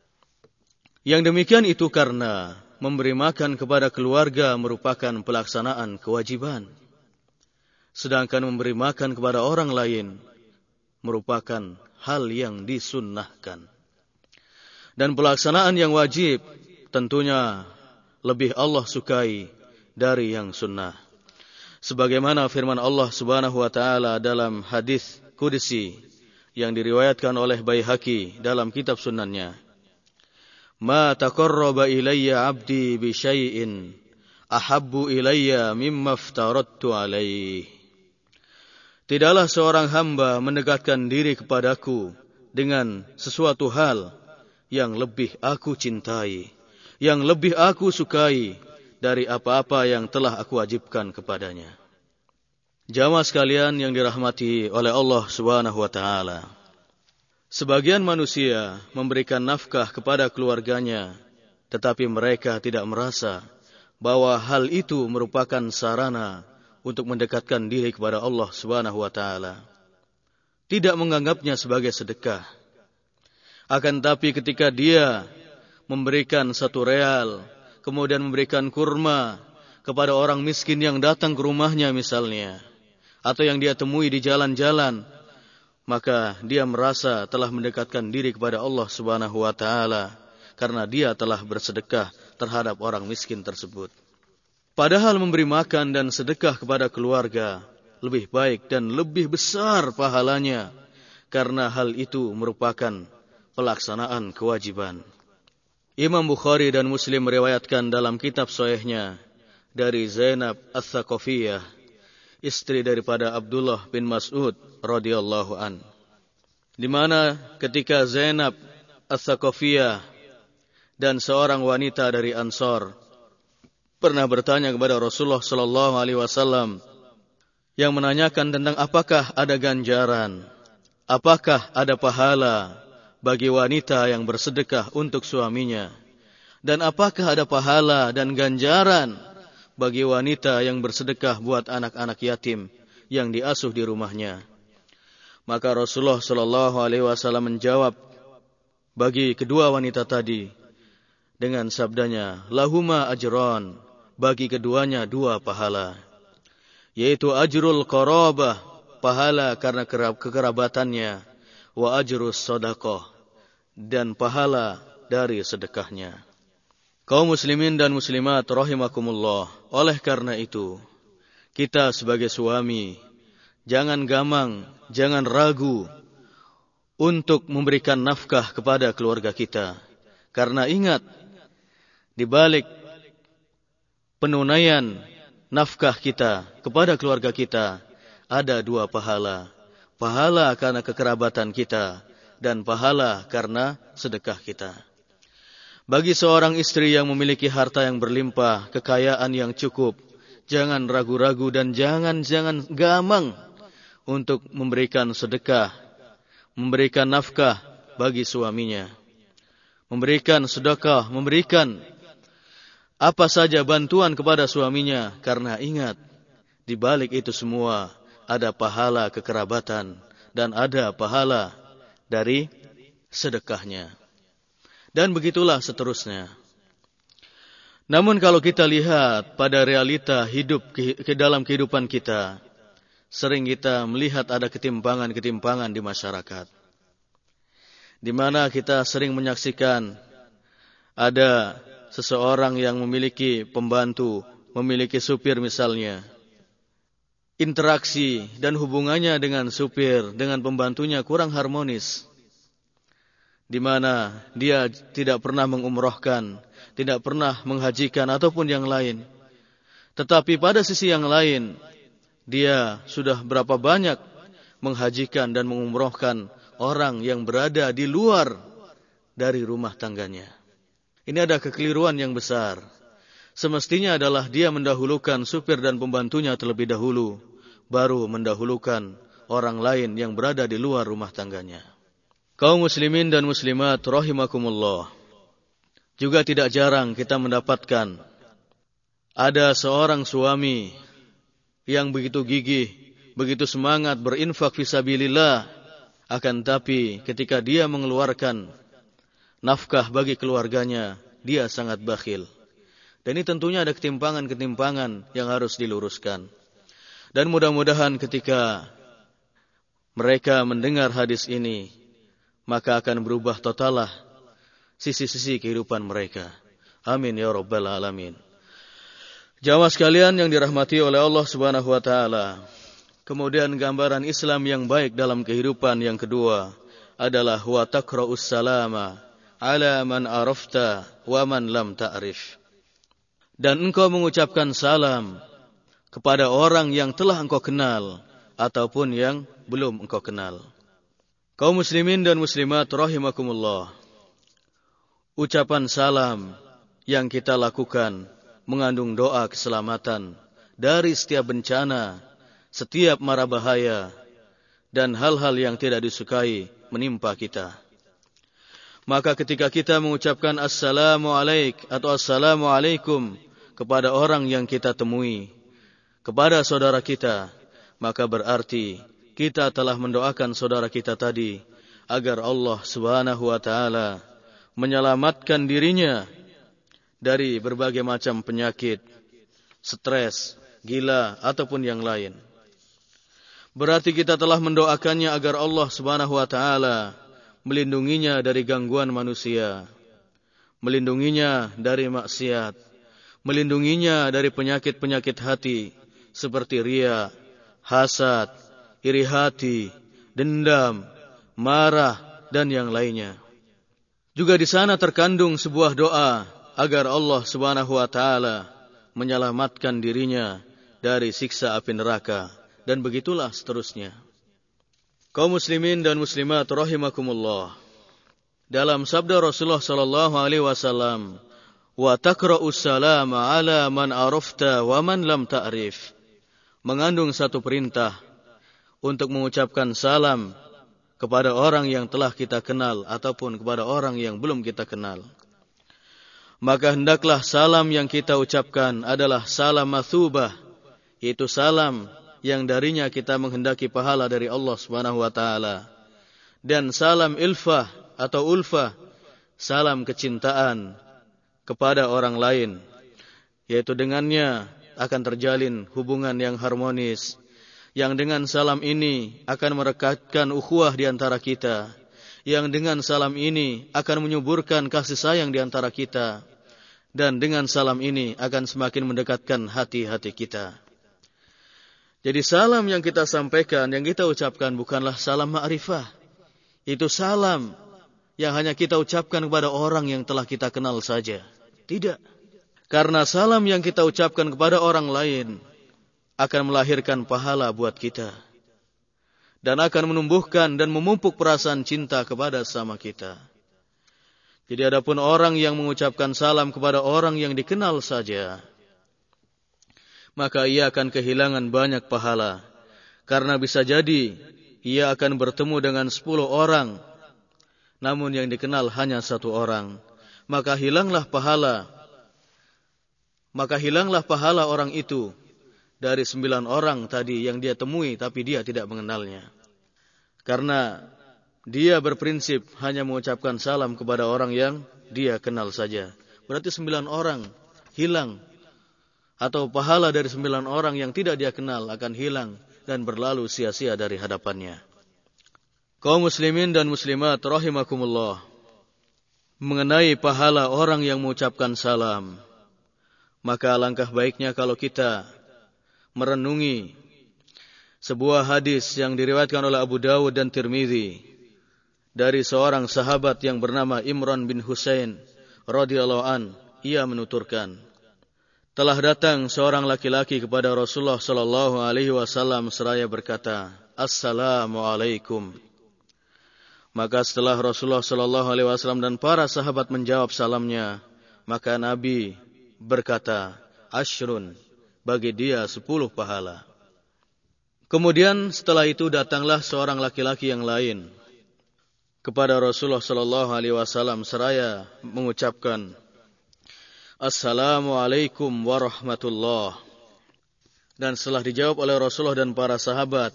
Yang demikian itu karena memberi makan kepada keluarga merupakan pelaksanaan kewajiban. Sedangkan memberi makan kepada orang lain merupakan hal yang disunnahkan. Dan pelaksanaan yang wajib tentunya lebih Allah sukai dari yang sunnah. Sebagaimana firman Allah Subhanahu wa taala dalam hadis qudsi yang diriwayatkan oleh Baihaqi dalam kitab sunannya. Ma taqarraba ilayya 'abdi bi syai'in ahabbu ilayya mimma aftaradtu alaihi. Tidaklah seorang hamba mendekatkan diri kepadaku dengan sesuatu hal yang lebih aku cintai, yang lebih aku sukai dari apa-apa yang telah aku wajibkan kepadanya. Jamaah sekalian yang dirahmati oleh Allah Subhanahu wa taala. Sebagian manusia memberikan nafkah kepada keluarganya, tetapi mereka tidak merasa bahwa hal itu merupakan sarana untuk mendekatkan diri kepada Allah Subhanahu wa taala. Tidak menganggapnya sebagai sedekah. Akan tapi ketika dia memberikan satu real, kemudian memberikan kurma kepada orang miskin yang datang ke rumahnya misalnya, atau yang dia temui di jalan-jalan, maka dia merasa telah mendekatkan diri kepada Allah Subhanahu wa taala karena dia telah bersedekah terhadap orang miskin tersebut. Padahal memberi makan dan sedekah kepada keluarga lebih baik dan lebih besar pahalanya karena hal itu merupakan pelaksanaan kewajiban. Imam Bukhari dan Muslim meriwayatkan dalam kitab sahihnya dari Zainab Ats-Tsaqafiyah, istri daripada Abdullah bin Mas'ud radhiyallahu an, di mana ketika Zainab Ats-Tsaqafiyah dan seorang wanita dari Ansar pernah bertanya kepada Rasulullah sallallahu alaihi wasallam yang menanyakan tentang apakah ada ganjaran, apakah ada pahala bagi wanita yang bersedekah untuk suaminya, dan apakah ada pahala dan ganjaran bagi wanita yang bersedekah buat anak-anak yatim yang diasuh di rumahnya. Maka Rasulullah sallallahu alaihi wasallam menjawab bagi kedua wanita tadi dengan sabdanya, lahuma ajran, bagi keduanya dua pahala, yaitu ajrul qarabah, pahala karena kekerabatannya, wa ajrus shadaqah, dan pahala dari sedekahnya. Kaum muslimin dan muslimat rahimakumullah, oleh karena itu kita sebagai suami jangan gamang, jangan ragu untuk memberikan nafkah kepada keluarga kita. Karena ingat, di balik penunaian nafkah kita kepada keluarga kita ada dua pahala. Pahala karena kekerabatan kita dan pahala karena sedekah kita. Bagi seorang istri yang memiliki harta yang berlimpah, kekayaan yang cukup, jangan ragu-ragu dan jangan-jangan gamang untuk memberikan sedekah, memberikan nafkah bagi suaminya. Memberikan sedekah, memberikan apa saja bantuan kepada suaminya, karena ingat, di balik itu semua ada pahala kekerabatan dan ada pahala dari sedekahnya. Dan begitulah seterusnya. Namun kalau kita lihat pada realita hidup ke dalam kehidupan kita, sering kita melihat ada ketimpangan-ketimpangan di masyarakat. Di mana kita sering menyaksikan ada seseorang yang memiliki pembantu, memiliki supir misalnya. Interaksi dan hubungannya dengan supir, dengan pembantunya kurang harmonis. Di mana dia tidak pernah mengumrohkan, tidak pernah menghajikan ataupun yang lain. Tetapi pada sisi yang lain, dia sudah berapa banyak menghajikan dan mengumrohkan orang yang berada di luar dari rumah tangganya. Ini ada kekeliruan yang besar. Semestinya adalah dia mendahulukan supir dan pembantunya terlebih dahulu, baru mendahulukan orang lain yang berada di luar rumah tangganya. Kaum muslimin dan muslimat rahimakumullah. Juga tidak jarang kita mendapatkan ada seorang suami yang begitu gigih, begitu semangat berinfak fisabilillah, akan tapi ketika dia mengeluarkan nafkah bagi keluarganya, dia sangat bakhil. Dan ini tentunya ada ketimpangan-ketimpangan yang harus diluruskan. Dan mudah-mudahan ketika mereka mendengar hadis ini, maka akan berubah totalah sisi-sisi kehidupan mereka. Amin ya rabbal alamin. Jamaah sekalian yang dirahmati oleh Allah Subhanahu wa taala. Kemudian gambaran Islam yang baik dalam kehidupan yang kedua adalah wa taqra'us salama ala man arafta wa man lam ta'rif. Dan engkau mengucapkan salam kepada orang yang telah engkau kenal ataupun yang belum engkau kenal. Kaum muslimin dan muslimat rahimakumullah. Ucapan salam yang kita lakukan mengandung doa keselamatan dari setiap bencana, setiap mara bahaya, dan hal-hal yang tidak disukai menimpa kita. Maka ketika kita mengucapkan assalamu alaik atau assalamu alaikum kepada orang yang kita temui, kepada saudara kita, maka berarti kita telah mendoakan saudara kita tadi agar Allah Subhanahu wa taala menyelamatkan dirinya dari berbagai macam penyakit, stres, gila ataupun yang lain. Berarti kita telah mendoakannya agar Allah Subhanahu wa taala melindunginya dari gangguan manusia, melindunginya dari maksiat, melindunginya dari penyakit-penyakit hati seperti riya, hasad, iri hati, dendam, marah, dan yang lainnya. Juga di sana terkandung sebuah doa agar Allah Subhanahu wa taala menyelamatkan dirinya dari siksa api neraka, dan begitulah seterusnya. Kaum muslimin dan muslimat rahimakumullah. Dalam sabda Rasulullah sallallahu alaihi wasallam, wa taqra'us salama ala man arafta wa man lam ta'rif, mengandung satu perintah untuk mengucapkan salam kepada orang yang telah kita kenal ataupun kepada orang yang belum kita kenal. Maka hendaklah salam yang kita ucapkan adalah salam mathubah, yaitu salam yang darinya kita menghendaki pahala dari Allah Subhanahu wa taala. Dan salam ilfah atau ulfah, salam kecintaan kepada orang lain, yaitu dengannya akan terjalin hubungan yang harmonis, yang dengan salam ini akan merekatkan ukhuwah di antara kita, yang dengan salam ini akan menyuburkan kasih sayang di antara kita, dan dengan salam ini akan semakin mendekatkan hati-hati kita. Jadi salam yang kita sampaikan, yang kita ucapkan bukanlah salam ma'rifah. Itu salam yang hanya kita ucapkan kepada orang yang telah kita kenal saja. Tidak. Karena salam yang kita ucapkan kepada orang lain akan melahirkan pahala buat kita, dan akan menumbuhkan dan memupuk perasaan cinta kepada sama kita. Jadi adapun orang yang mengucapkan salam kepada orang yang dikenal saja, maka ia akan kehilangan banyak pahala, karena bisa jadi ia akan bertemu dengan sepuluh orang, namun yang dikenal hanya satu orang. Maka hilanglah pahala, maka hilanglah pahala orang itu dari sembilan orang tadi yang dia temui, tapi dia tidak mengenalnya. Karena dia berprinsip hanya mengucapkan salam kepada orang yang dia kenal saja. Berarti sembilan orang hilang, atau pahala dari sembilan orang yang tidak dia kenal akan hilang dan berlalu sia-sia dari hadapannya. Kaum muslimin dan muslimat rahimakumullah, mengenai pahala orang yang mengucapkan salam, maka alangkah baiknya kalau kita merenungi sebuah hadis yang diriwayatkan oleh Abu Dawud dan Tirmidzi dari seorang sahabat yang bernama Imran bin Husain radhiyallahu an. Ia menuturkan, telah datang seorang laki-laki kepada Rasulullah sallallahu alaihi wasallam seraya berkata, "Assalamualaikum." Maka setelah Rasulullah sallallahu alaihi wasallam dan para sahabat menjawab salamnya, maka Nabi berkata, "Ashrun," bagi dia sepuluh pahala. Kemudian setelah itu datanglah seorang laki-laki yang lain kepada Rasulullah sallallahu alaihi wasallam seraya mengucapkan, "Assalamualaikum warahmatullah." Dan setelah dijawab oleh Rasulullah dan para sahabat,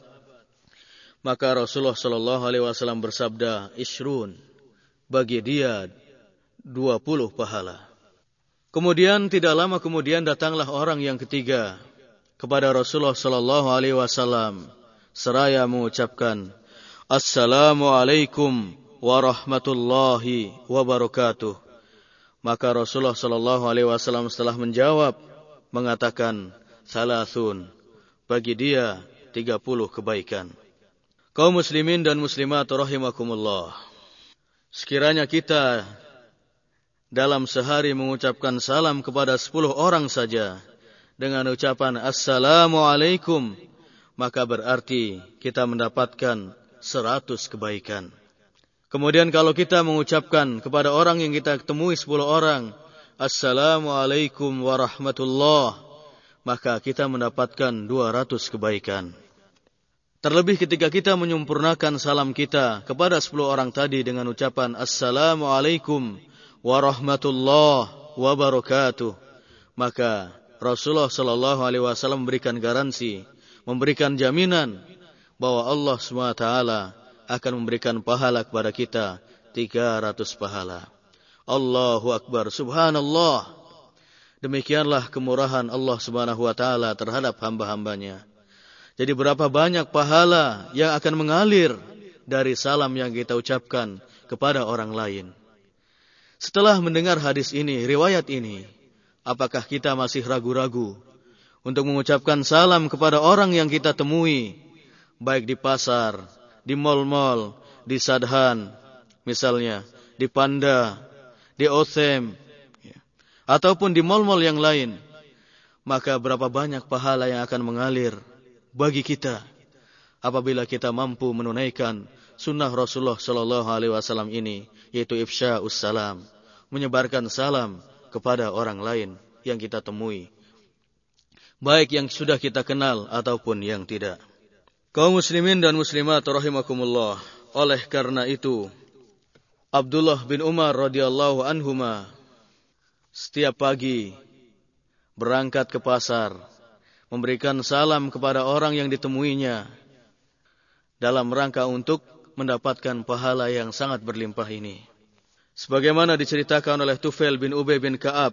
maka Rasulullah sallallahu alaihi wasallam bersabda, "Ishrun," bagi dia dua puluh pahala. Kemudian tidak lama kemudian datanglah orang yang ketiga kepada Rasulullah sallallahu alaihi wasallam seraya mengucapkan, "Assalamualaikum warahmatullahi wabarakatuh." Maka Rasulullah sallallahu alaihi wasallam setelah menjawab mengatakan, "Salasun," bagi dia tiga puluh kebaikan. Kaum muslimin dan muslimat rahimakumullah, sekiranya kita dalam sehari mengucapkan salam kepada sepuluh orang saja dengan ucapan Assalamualaikum, maka berarti kita mendapatkan seratus kebaikan. Kemudian kalau kita mengucapkan kepada orang yang kita temui sepuluh orang, Assalamualaikum warahmatullah, maka kita mendapatkan dua ratus kebaikan. Terlebih ketika kita menyempurnakan salam kita kepada sepuluh orang tadi dengan ucapan Assalamualaikum warahmatullahi wabarakatuh, maka Rasulullah sallallahu alaihi wasallam memberikan garansi, memberikan jaminan bahwa Allah subhanahu wa taala akan memberikan pahala kepada kita tiga ratus pahala. Allahu Akbar, subhanallah. Demikianlah kemurahan Allah subhanahu wa ta'ala terhadap hamba-hambanya. Jadi berapa banyak pahala yang akan mengalir dari salam yang kita ucapkan kepada orang lain. Setelah mendengar hadis ini, riwayat ini, apakah kita masih ragu-ragu untuk mengucapkan salam kepada orang yang kita temui, baik di pasar, di mal-mal, di Sadhan, misalnya, di Panda, di Othem, ataupun di mal-mal yang lain, maka berapa banyak pahala yang akan mengalir bagi kita apabila kita mampu menunaikan sunnah Rasulullah sallallahu alaihi wasallam ini, yaitu ifsya'us salam, menyebarkan salam kepada orang lain yang kita temui, baik yang sudah kita kenal ataupun yang tidak. Kaum muslimin dan muslimat rahimakumullah, oleh karena itu Abdullah bin Umar radhiyallahu anhuma setiap pagi berangkat ke pasar, memberikan salam kepada orang yang ditemuinya dalam rangka untuk mendapatkan pahala yang sangat berlimpah ini. Sebagaimana diceritakan oleh Tufail bin Ubay bin Ka'ab,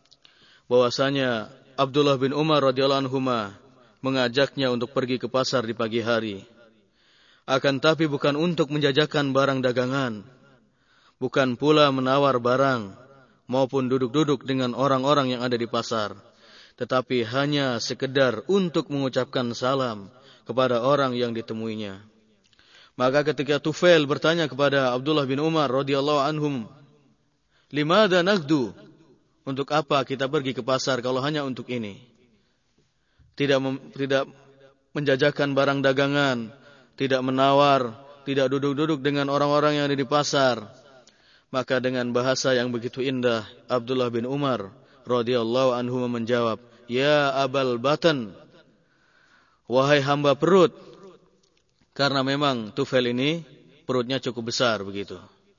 bahwasanya Abdullah bin Umar radhiyallahu anhuma mengajaknya untuk pergi ke pasar di pagi hari. Akan tapi bukan untuk menjajakan barang dagangan, bukan pula menawar barang, maupun duduk-duduk dengan orang-orang yang ada di pasar, tetapi hanya sekedar untuk mengucapkan salam kepada orang yang ditemuinya. Maka ketika Tufail bertanya kepada Abdullah bin Umar radhiyallahu anhum, "Limadha nagdu?" Untuk apa kita pergi ke pasar kalau hanya untuk ini? Tidak mem, tidak menjajakan barang dagangan, tidak menawar, tidak duduk-duduk dengan orang-orang yang ada di pasar. Maka dengan bahasa yang begitu indah, Abdullah bin Umar radhiyallahu anhu menjawab, "Ya Abal Batan, wahai hamba perut." Karena memang Tufail ini perutnya cukup besar begitu.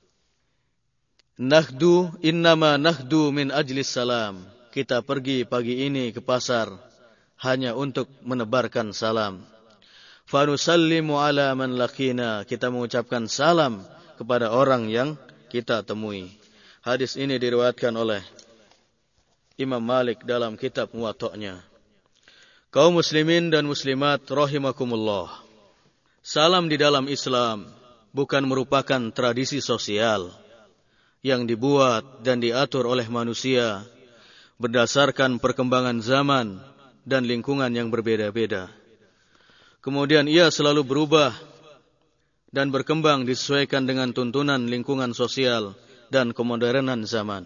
Nahdu innama nahdu min ajlis salam. Kita pergi pagi ini ke pasar hanya untuk menebarkan salam. Fa nusallimu ala man laqina, kita mengucapkan salam kepada orang yang kita temui. Hadis ini diriwayatkan oleh Imam Malik dalam kitab Muwatta'nya. Kaum muslimin dan muslimat rahimakumullah. Salam di dalam Islam bukan merupakan tradisi sosial yang dibuat dan diatur oleh manusia berdasarkan perkembangan zaman dan lingkungan yang berbeda-beda. Kemudian ia selalu berubah dan berkembang disesuaikan dengan tuntunan lingkungan sosial dan kemodernan zaman.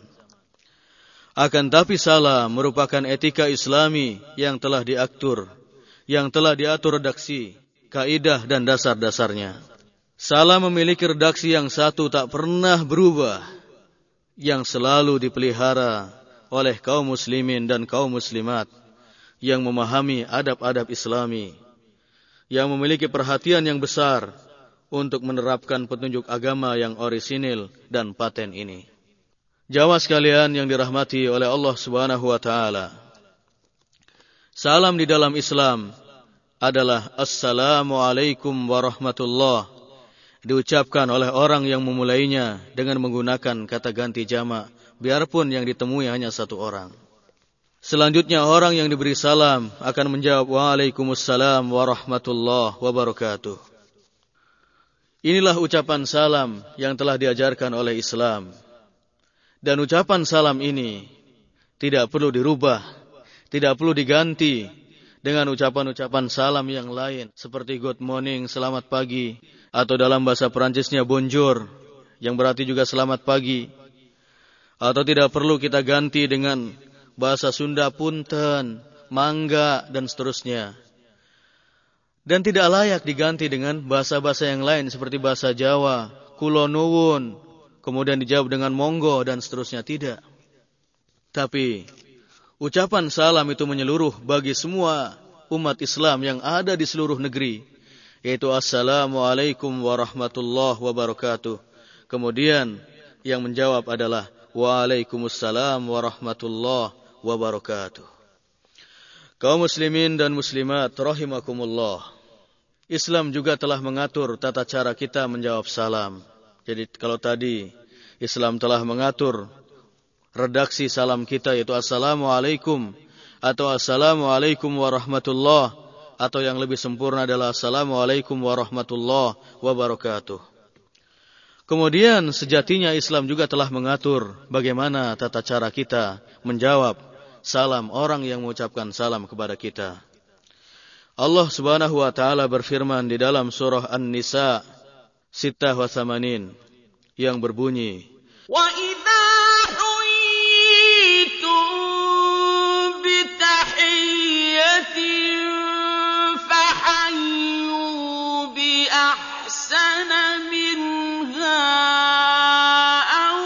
Akan tapi salam merupakan etika Islami yang telah diatur, yang telah diatur redaksi, kaidah dan dasar-dasarnya. Salam memiliki redaksi yang satu tak pernah berubah, yang selalu dipelihara oleh kaum muslimin dan kaum muslimat yang memahami adab-adab Islami, yang memiliki perhatian yang besar untuk menerapkan petunjuk agama yang orisinil dan paten ini. Jamaah sekalian yang dirahmati oleh Allah Subhanahu wa taala. Salam di dalam Islam adalah Assalamualaikum warahmatullah, diucapkan oleh orang yang memulainya dengan menggunakan kata ganti jamak, biarpun yang ditemui hanya satu orang. Selanjutnya orang yang diberi salam akan menjawab Waalaikumsalam warahmatullahi wabarakatuh. Inilah ucapan salam yang telah diajarkan oleh Islam. Dan ucapan salam ini tidak perlu dirubah, tidak perlu diganti dengan ucapan-ucapan salam yang lain seperti good morning, selamat pagi, atau dalam bahasa Perancisnya bonjour, yang berarti juga selamat pagi. Atau tidak perlu kita ganti dengan bahasa Sunda punten, mangga, dan seterusnya. Dan tidak layak diganti dengan bahasa-bahasa yang lain seperti bahasa Jawa, kulo nuwun, kemudian dijawab dengan monggo, dan seterusnya. Tidak. Tapi ucapan salam itu menyeluruh bagi semua umat Islam yang ada di seluruh negeri, yaitu Assalamualaikum warahmatullahi wabarakatuh. Kemudian yang menjawab adalah Waalaikumsalam warahmatullahi wabarakatuh. Kaum muslimin dan muslimat rahimakumullah. Islam juga telah mengatur tata cara kita menjawab salam. Jadi kalau tadi Islam telah mengatur redaksi salam kita, yaitu Assalamualaikum atau Assalamualaikum warahmatullah, atau yang lebih sempurna adalah Assalamualaikum warahmatullahi wabarakatuh. Kemudian sejatinya Islam juga telah mengatur bagaimana tata cara kita menjawab salam orang yang mengucapkan salam kepada kita. Allah Subhanahu wa taala berfirman di dalam surah An-Nisa Sittah wa Thamanin yang berbunyi, Wa idza huyitum bitahiyyatin fahayyu bi ahsana minha aw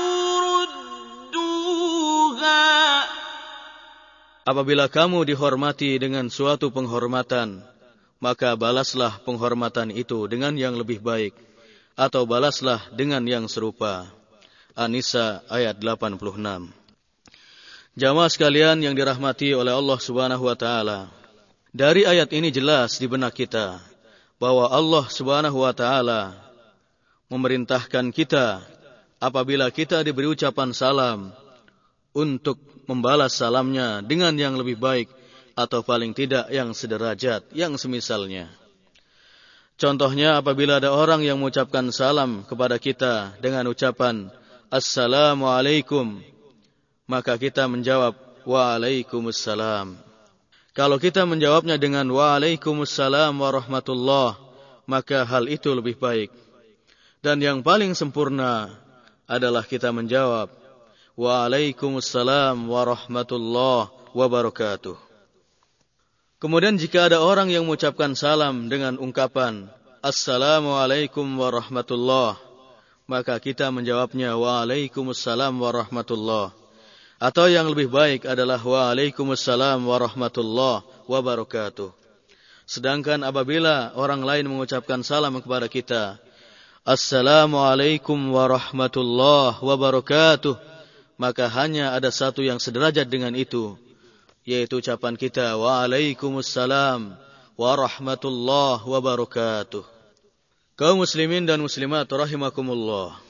rudduha. Apabila kamu dihormati dengan suatu penghormatan, maka balaslah penghormatan itu dengan yang lebih baik, atau balaslah dengan yang serupa. An-Nisa ayat delapan puluh enam. Jamaah sekalian yang dirahmati oleh Allah Subhanahu wa taala, dari ayat ini jelas di benak kita bahwa Allah Subhanahu wa taala memerintahkan kita apabila kita diberi ucapan salam untuk membalas salamnya dengan yang lebih baik, atau paling tidak yang sederajat, yang semisalnya. Contohnya apabila ada orang yang mengucapkan salam kepada kita dengan ucapan Assalamualaikum, maka kita menjawab Waalaikumsalam. Kalau kita menjawabnya dengan Waalaikumsalam warahmatullah, maka hal itu lebih baik. Dan yang paling sempurna adalah kita menjawab Waalaikumsalam warahmatullah wabarakatuh. Kemudian jika ada orang yang mengucapkan salam dengan ungkapan Assalamualaikum warahmatullah, maka kita menjawabnya Waalaikumsalam warahmatullah. Atau yang lebih baik adalah Waalaikumsalam warahmatullah wabarakatuh. Sedangkan apabila orang lain mengucapkan salam kepada kita Assalamualaikum warahmatullah wabarakatuh, maka hanya ada satu yang sederajat dengan itu, yaitu ucapan kita Waalaikumsalam warahmatullahi wabarakatuh. Kaum muslimin dan muslimat rahimakumullah.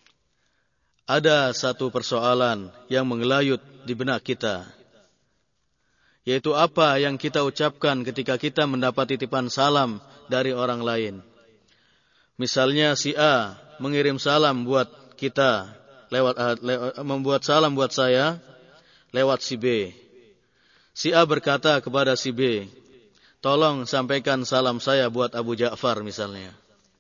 Ada satu persoalan yang mengelayut di benak kita, yaitu apa yang kita ucapkan ketika kita mendapat titipan salam dari orang lain. Misalnya si A mengirim salam buat kita lewat uh, le- membuat salam buat saya lewat si B. Si A berkata kepada si B, "Tolong sampaikan salam saya buat Abu Ja'far," misalnya.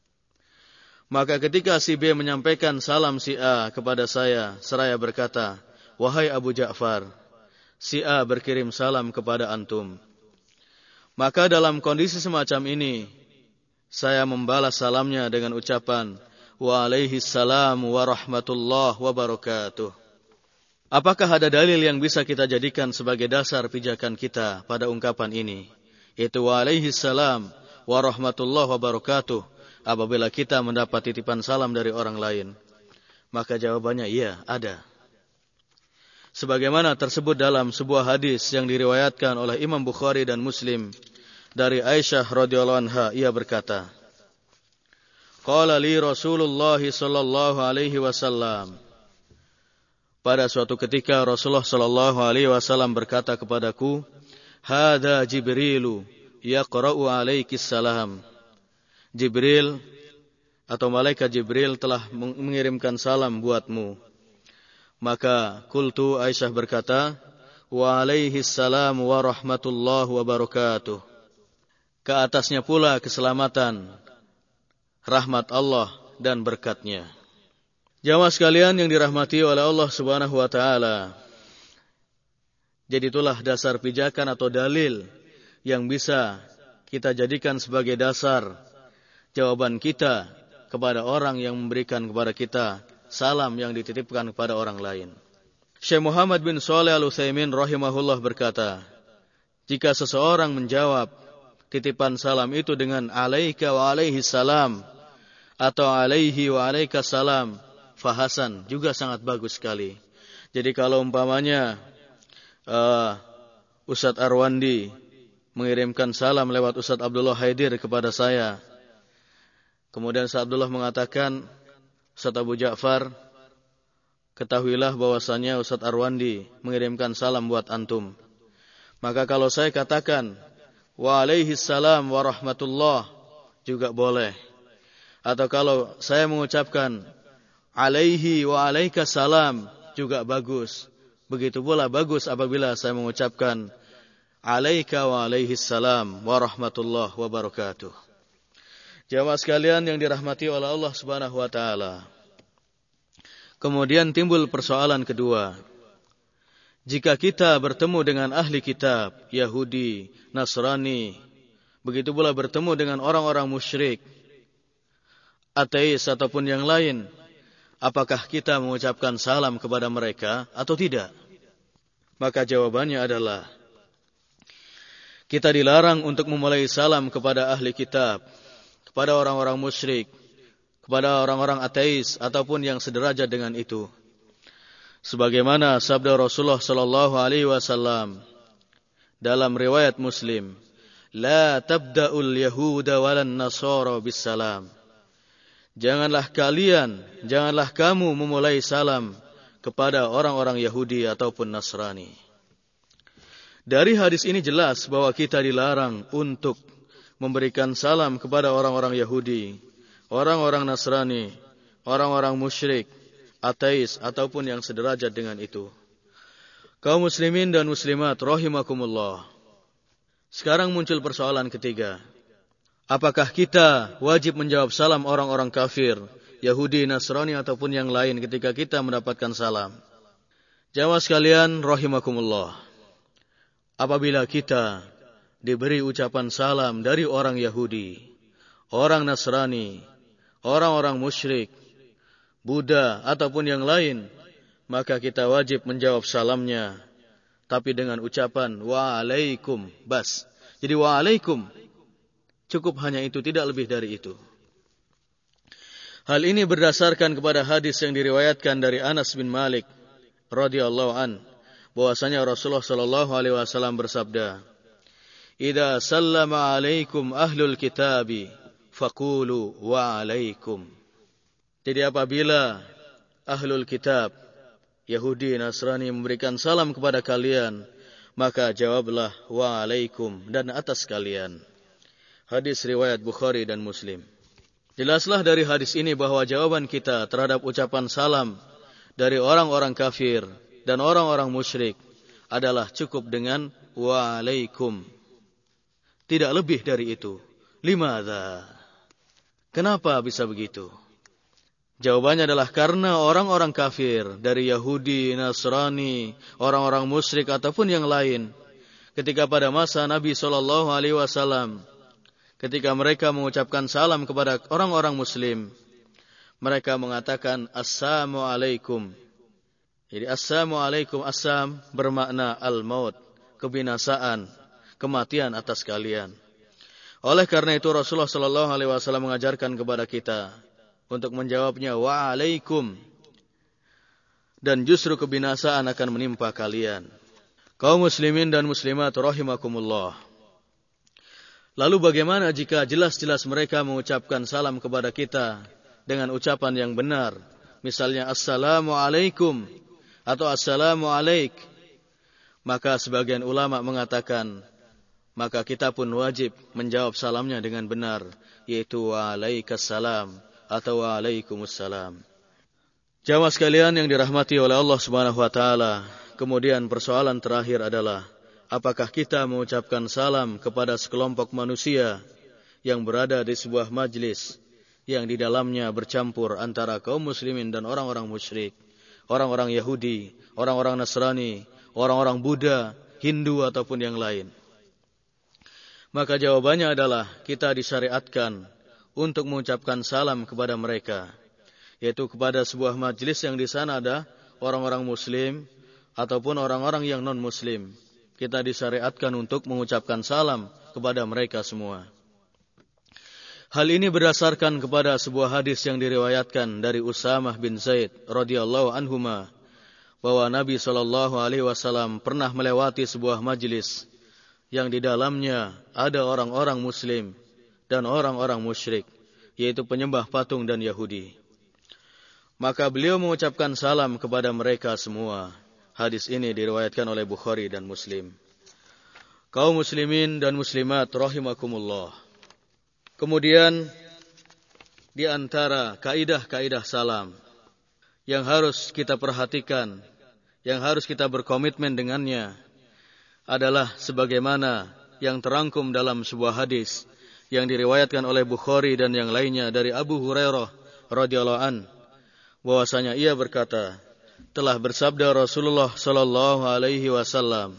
Maka ketika si B menyampaikan salam si A kepada saya, seraya berkata, "Wahai Abu Ja'far, si A berkirim salam kepada antum." Maka dalam kondisi semacam ini, saya membalas salamnya dengan ucapan, "Waalaihissalam warahmatullahi wabarakatuh." Apakah ada dalil yang bisa kita jadikan sebagai dasar pijakan kita pada ungkapan ini? Yaitu waalaihissalam warahmatullahi wabarakatuh. Apabila kita mendapat titipan salam dari orang lain, maka jawabannya iya, ada. Sebagaimana tersebut dalam sebuah hadis yang diriwayatkan oleh Imam Bukhari dan Muslim dari Aisyah radhiyallahu anha, ia berkata, "Qala li Rasulullah sallallahu alaihi wasallam." Pada suatu ketika Rasulullah sallallahu alaihi wasallam berkata kepadaku, "Hadza Jibrilu yaqra'u alaikis salam." Jibril atau malaikat Jibril telah mengirimkan salam buatmu. Maka qultu, Aisyah berkata, "Wa alaihi salam wa rahmatullahi wa barakatuh." Ke atasnya pula keselamatan, rahmat Allah dan berkatnya. Jamaah sekalian yang dirahmati oleh Allah Subhanahu wa taala. Jadi itulah dasar pijakan atau dalil yang bisa kita jadikan sebagai dasar jawaban kita kepada orang yang memberikan kepada kita salam yang dititipkan kepada orang lain. Syekh Muhammad bin Shalih Al-Utsaimin rahimahullah berkata, jika seseorang menjawab titipan salam itu dengan alaika wa alaihi salam atau alaihi wa alaika salam, fahasan, juga sangat bagus sekali. Jadi kalau umpamanya uh, Ustadz Arwandi mengirimkan salam lewat Ustadz Abdullah Haidir kepada saya, kemudian Ustaz Abdullah mengatakan, "Ustaz Abu Ja'far, ketahuilah bahwasanya Ustaz Arwandi mengirimkan salam buat antum." Maka kalau saya katakan, "Wa alaihi salam wa rahmatullah," juga boleh. Atau kalau saya mengucapkan, "Alaihi wa alaika salam," juga bagus. Begitu pula bagus apabila saya mengucapkan, "Alaika wa alaihi salam wa rahmatullah wa barakatuh." Jamaah sekalian yang dirahmati oleh Allah Subhanahu wa taala. Kemudian timbul persoalan kedua. Jika kita bertemu dengan ahli kitab, Yahudi, Nasrani, begitu pula bertemu dengan orang-orang musyrik, ateis ataupun yang lain, apakah kita mengucapkan salam kepada mereka atau tidak? Maka jawabannya adalah, kita dilarang untuk memulai salam kepada ahli kitab, kepada orang-orang musyrik, kepada orang-orang ateis ataupun yang sederajat dengan itu. Sebagaimana sabda Rasulullah sallallahu alaihi wasallam dalam riwayat Muslim, "La tabda'ul yahuda walan nasara bisalam." Janganlah kalian, janganlah kamu memulai salam kepada orang-orang Yahudi ataupun Nasrani. Dari hadis ini jelas bahwa kita dilarang untuk memberikan salam kepada orang-orang Yahudi, orang-orang Nasrani, orang-orang musyrik, ateis, ataupun yang sederajat dengan itu. Kaum muslimin dan muslimat rahimakumullah. Sekarang muncul persoalan ketiga. Apakah kita wajib menjawab salam orang-orang kafir, Yahudi, Nasrani, ataupun yang lain ketika kita mendapatkan salam? Jamaah sekalian rahimakumullah. Apabila kita diberi ucapan salam dari orang Yahudi, orang Nasrani, orang-orang musyrik, Buddha, ataupun yang lain, maka kita wajib menjawab salamnya, tapi dengan ucapan waalaikum bas. Jadi waalaikum, cukup hanya itu, tidak lebih dari itu. Hal ini berdasarkan kepada hadis yang diriwayatkan dari Anas bin Malik radhiyallahu an, bahwasanya Rasulullah sallallahu alaihi wasallam bersabda, idza sallama alaikum ahlul kitabi faqulu wa alaikum. Jadi apabila ahlul kitab, Yahudi, Nasrani memberikan salam kepada kalian, maka jawablah wa alaikum, dan atas kalian. Hadis riwayat Bukhari dan Muslim. Jelaslah dari hadis ini bahwa jawaban kita terhadap ucapan salam dari orang-orang kafir dan orang-orang musyrik adalah cukup dengan wa alaikum. Tidak lebih dari itu. Limadha? Kenapa bisa begitu? Jawabannya adalah karena orang-orang kafir dari Yahudi, Nasrani, orang-orang musyrik ataupun yang lain, ketika pada masa Nabi shallallahu alaihi wasallam, ketika mereka mengucapkan salam kepada orang-orang Muslim, mereka mengatakan assalamu alaikum. Jadi assalamu alaikum, assam bermakna al-maut, kebinasaan, kematian atas kalian. Oleh karena itu Rasulullah shallallahu alaihi wasallam mengajarkan kepada kita untuk menjawabnya wa alaikum, dan justru kebinasaan akan menimpa kalian. Kaum muslimin dan muslimat rahimakumullah. Lalu bagaimana jika jelas-jelas mereka mengucapkan salam kepada kita dengan ucapan yang benar, misalnya assalamu alaikum atau assalamu alaik? Maka sebagian ulama mengatakan, maka kita pun wajib menjawab salamnya dengan benar, yaitu waalaikumsalam atau waalaikumussalam. Jamaah sekalian yang dirahmati oleh Allah Subhanahu wa taala, kemudian persoalan terakhir adalah apakah kita mengucapkan salam kepada sekelompok manusia yang berada di sebuah majlis yang di dalamnya bercampur antara kaum muslimin dan orang-orang musyrik, orang-orang Yahudi, orang-orang Nasrani, orang-orang Buddha, Hindu ataupun yang lain? Maka jawabannya adalah kita disyariatkan untuk mengucapkan salam kepada mereka, yaitu kepada sebuah majlis yang di sana ada orang-orang muslim ataupun orang-orang yang non-muslim. Kita disyariatkan untuk mengucapkan salam kepada mereka semua. Hal ini berdasarkan kepada sebuah hadis yang diriwayatkan dari Usamah bin Zaid radhiyallahu anhuma, bahwa Nabi shallallahu alaihi wasallam pernah melewati sebuah majlis yang di dalamnya ada orang-orang muslim dan orang-orang musyrik, yaitu penyembah patung dan Yahudi. Maka beliau mengucapkan salam kepada mereka semua. Hadis ini diriwayatkan oleh Bukhari dan Muslim. Kaum muslimin dan muslimat rahimakumullah. Kemudian di antara kaidah-kaidah salam yang harus kita perhatikan, yang harus kita berkomitmen dengannya, adalah sebagaimana yang terangkum dalam sebuah hadis yang diriwayatkan oleh Bukhari dan yang lainnya dari Abu Hurairah radhiyallahu an, bahwasanya ia berkata, telah bersabda Rasulullah sallallahu alaihi wasallam,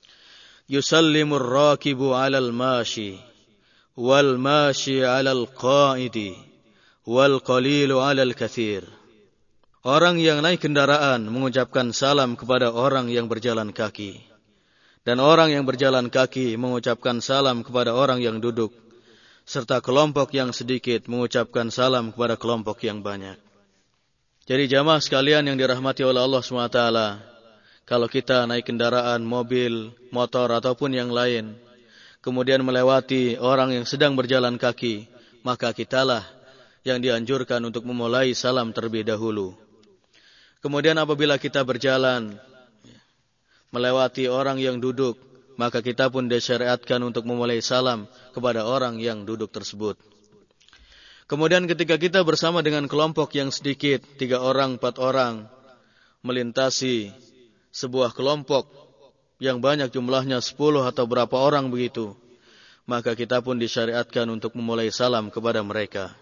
yusallimur rakibu 'alal mashi wal mashi 'alal qa'idi wal qalilu 'alal katsir. Orang yang naik kendaraan mengucapkan salam kepada orang yang berjalan kaki, dan orang yang berjalan kaki mengucapkan salam kepada orang yang duduk, serta kelompok yang sedikit mengucapkan salam kepada kelompok yang banyak. Jadi jamaah sekalian yang dirahmati oleh Allah subhanahu wa taala, kalau kita naik kendaraan, mobil, motor ataupun yang lain, kemudian melewati orang yang sedang berjalan kaki, maka kitalah yang dianjurkan untuk memulai salam terlebih dahulu. Kemudian apabila kita berjalan melewati orang yang duduk, maka kita pun disyariatkan untuk memulai salam kepada orang yang duduk tersebut. Kemudian ketika kita bersama dengan kelompok yang sedikit, tiga orang, empat orang, melintasi sebuah kelompok yang banyak jumlahnya sepuluh atau berapa orang begitu, maka kita pun disyariatkan untuk memulai salam kepada mereka.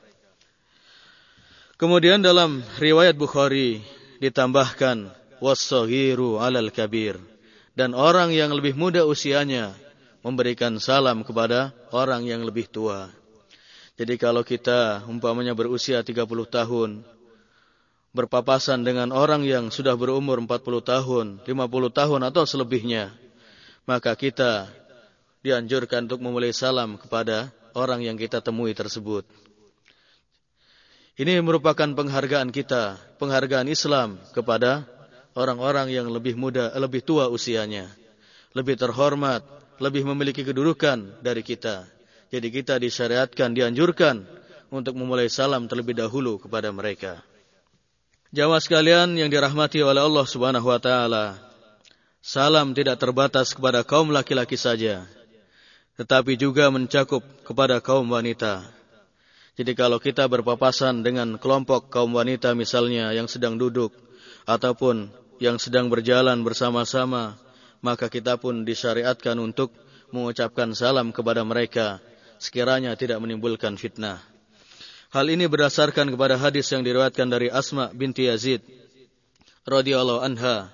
Kemudian dalam riwayat Bukhari ditambahkan was-saghiru 'alal kabir, dan orang yang lebih muda usianya memberikan salam kepada orang yang lebih tua. Jadi kalau kita umpamanya berusia tiga puluh tahun, berpapasan dengan orang yang sudah berumur empat puluh tahun, lima puluh tahun atau selebihnya, maka kita dianjurkan untuk memulai salam kepada orang yang kita temui tersebut. Ini merupakan penghargaan kita, penghargaan Islam kepada orang-orang yang lebih muda, lebih tua usianya, lebih terhormat lebih memiliki kedudukan dari kita. Jadi kita disyariatkan, dianjurkan untuk memulai salam terlebih dahulu kepada mereka. Jamaah sekalian yang dirahmati oleh Allah Subhanahu wa taala, salam tidak terbatas kepada kaum laki-laki saja, tetapi juga mencakup kepada kaum wanita. Jadi kalau kita berpapasan dengan kelompok kaum wanita misalnya yang sedang duduk ataupun yang sedang berjalan bersama-sama, maka kita pun disyariatkan untuk mengucapkan salam kepada mereka sekiranya tidak menimbulkan fitnah. Hal ini berdasarkan kepada hadis yang diriwayatkan dari Asma binti Yazid radhiyallahu anha.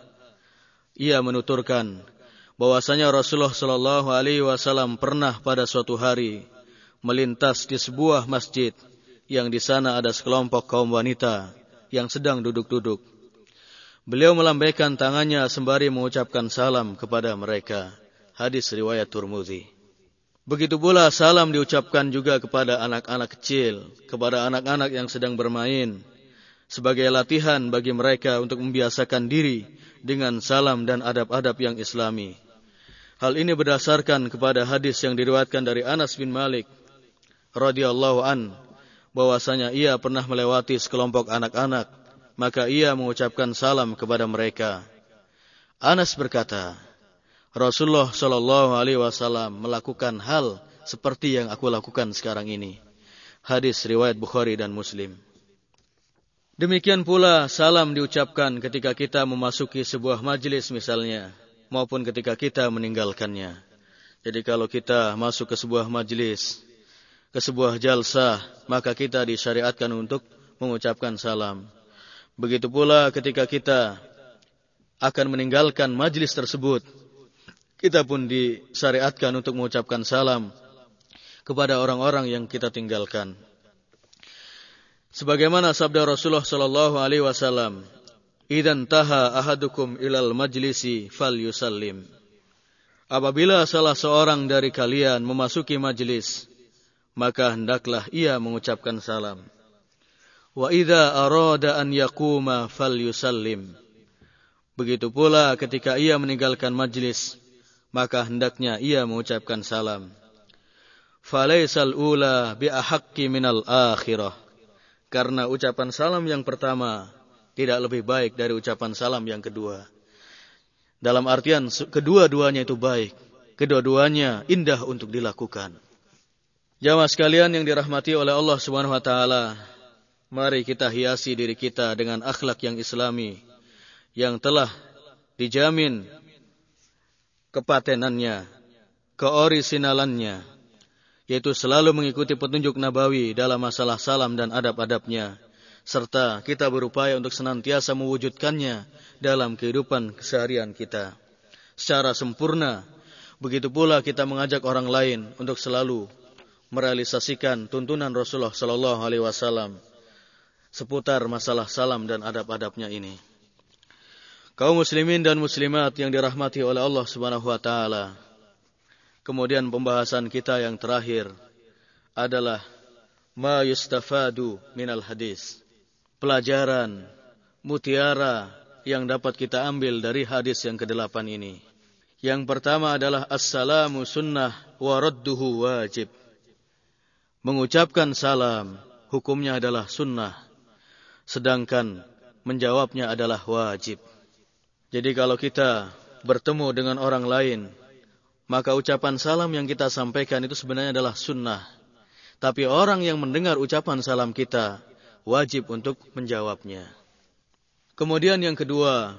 Ia menuturkan bahwasanya Rasulullah sallallahu alaihi wasallam pernah pada suatu hari melintas di sebuah masjid yang di sana ada sekelompok kaum wanita yang sedang duduk-duduk. Beliau melambaikan tangannya sembari mengucapkan salam kepada mereka. Hadis riwayat Tirmidzi. Begitu pula salam diucapkan juga kepada anak-anak kecil, kepada anak-anak yang sedang bermain, sebagai latihan bagi mereka untuk membiasakan diri dengan salam dan adab-adab yang islami. Hal ini berdasarkan kepada hadis yang diriwayatkan dari Anas bin Malik radhiyallahu an, bahwasanya ia pernah melewati sekelompok anak-anak, maka ia mengucapkan salam kepada mereka. Anas berkata, Rasulullah sallallahu alaihi wasallam melakukan hal seperti yang aku lakukan sekarang ini. Hadis riwayat Bukhari dan Muslim. Demikian pula salam diucapkan ketika kita memasuki sebuah majelis misalnya, maupun ketika kita meninggalkannya. Jadi kalau kita masuk ke sebuah majelis, ke sebuah jalsah, maka kita disyariatkan untuk mengucapkan salam. Begitu pula ketika kita akan meninggalkan majelis tersebut, kita pun disyariatkan untuk mengucapkan salam kepada orang-orang yang kita tinggalkan. Sebagaimana sabda Rasulullah sallallahu alaihi wasallam, "Idzan taha ahadukum ilal majlisi falyusallim." Apabila salah seorang dari kalian memasuki majelis, maka hendaklah ia mengucapkan salam. Wa idza arada an yaquma falyusallim. Begitu pula ketika ia meninggalkan majelis, maka hendaknya ia mengucapkan salam. Falaisal ula bi ahaqqi minal akhirah. Karena ucapan salam yang pertama tidak lebih baik dari ucapan salam yang kedua. Dalam artian kedua-duanya itu baik, kedua-duanya indah untuk dilakukan. Jamaah sekalian yang dirahmati oleh Allah Subhanahu wa taala, mari kita hiasi diri kita dengan akhlak yang islami yang telah dijamin kepatenannya, keorisinalannya, yaitu selalu mengikuti petunjuk nabawi dalam masalah salam dan adab-adabnya, serta kita berupaya untuk senantiasa mewujudkannya dalam kehidupan keseharian kita secara sempurna. Begitu pula kita mengajak orang lain untuk selalu merealisasikan tuntunan Rasulullah sallallahu alaihi wasallam seputar masalah salam dan adab-adabnya ini. Kaum muslimin dan muslimat yang dirahmati oleh Allah Subhanahu wa taala. Kemudian pembahasan kita yang terakhir adalah ma yustafadu minal hadis. Pelajaran mutiara yang dapat kita ambil dari hadis yang kedelapan ini. Yang pertama adalah assalamu sunnah wa radduhu wajib. Mengucapkan salam hukumnya adalah sunnah, sedangkan menjawabnya adalah wajib. Jadi kalau kita bertemu dengan orang lain, maka ucapan salam yang kita sampaikan itu sebenarnya adalah sunnah. Tapi orang yang mendengar ucapan salam kita wajib untuk menjawabnya. Kemudian yang kedua,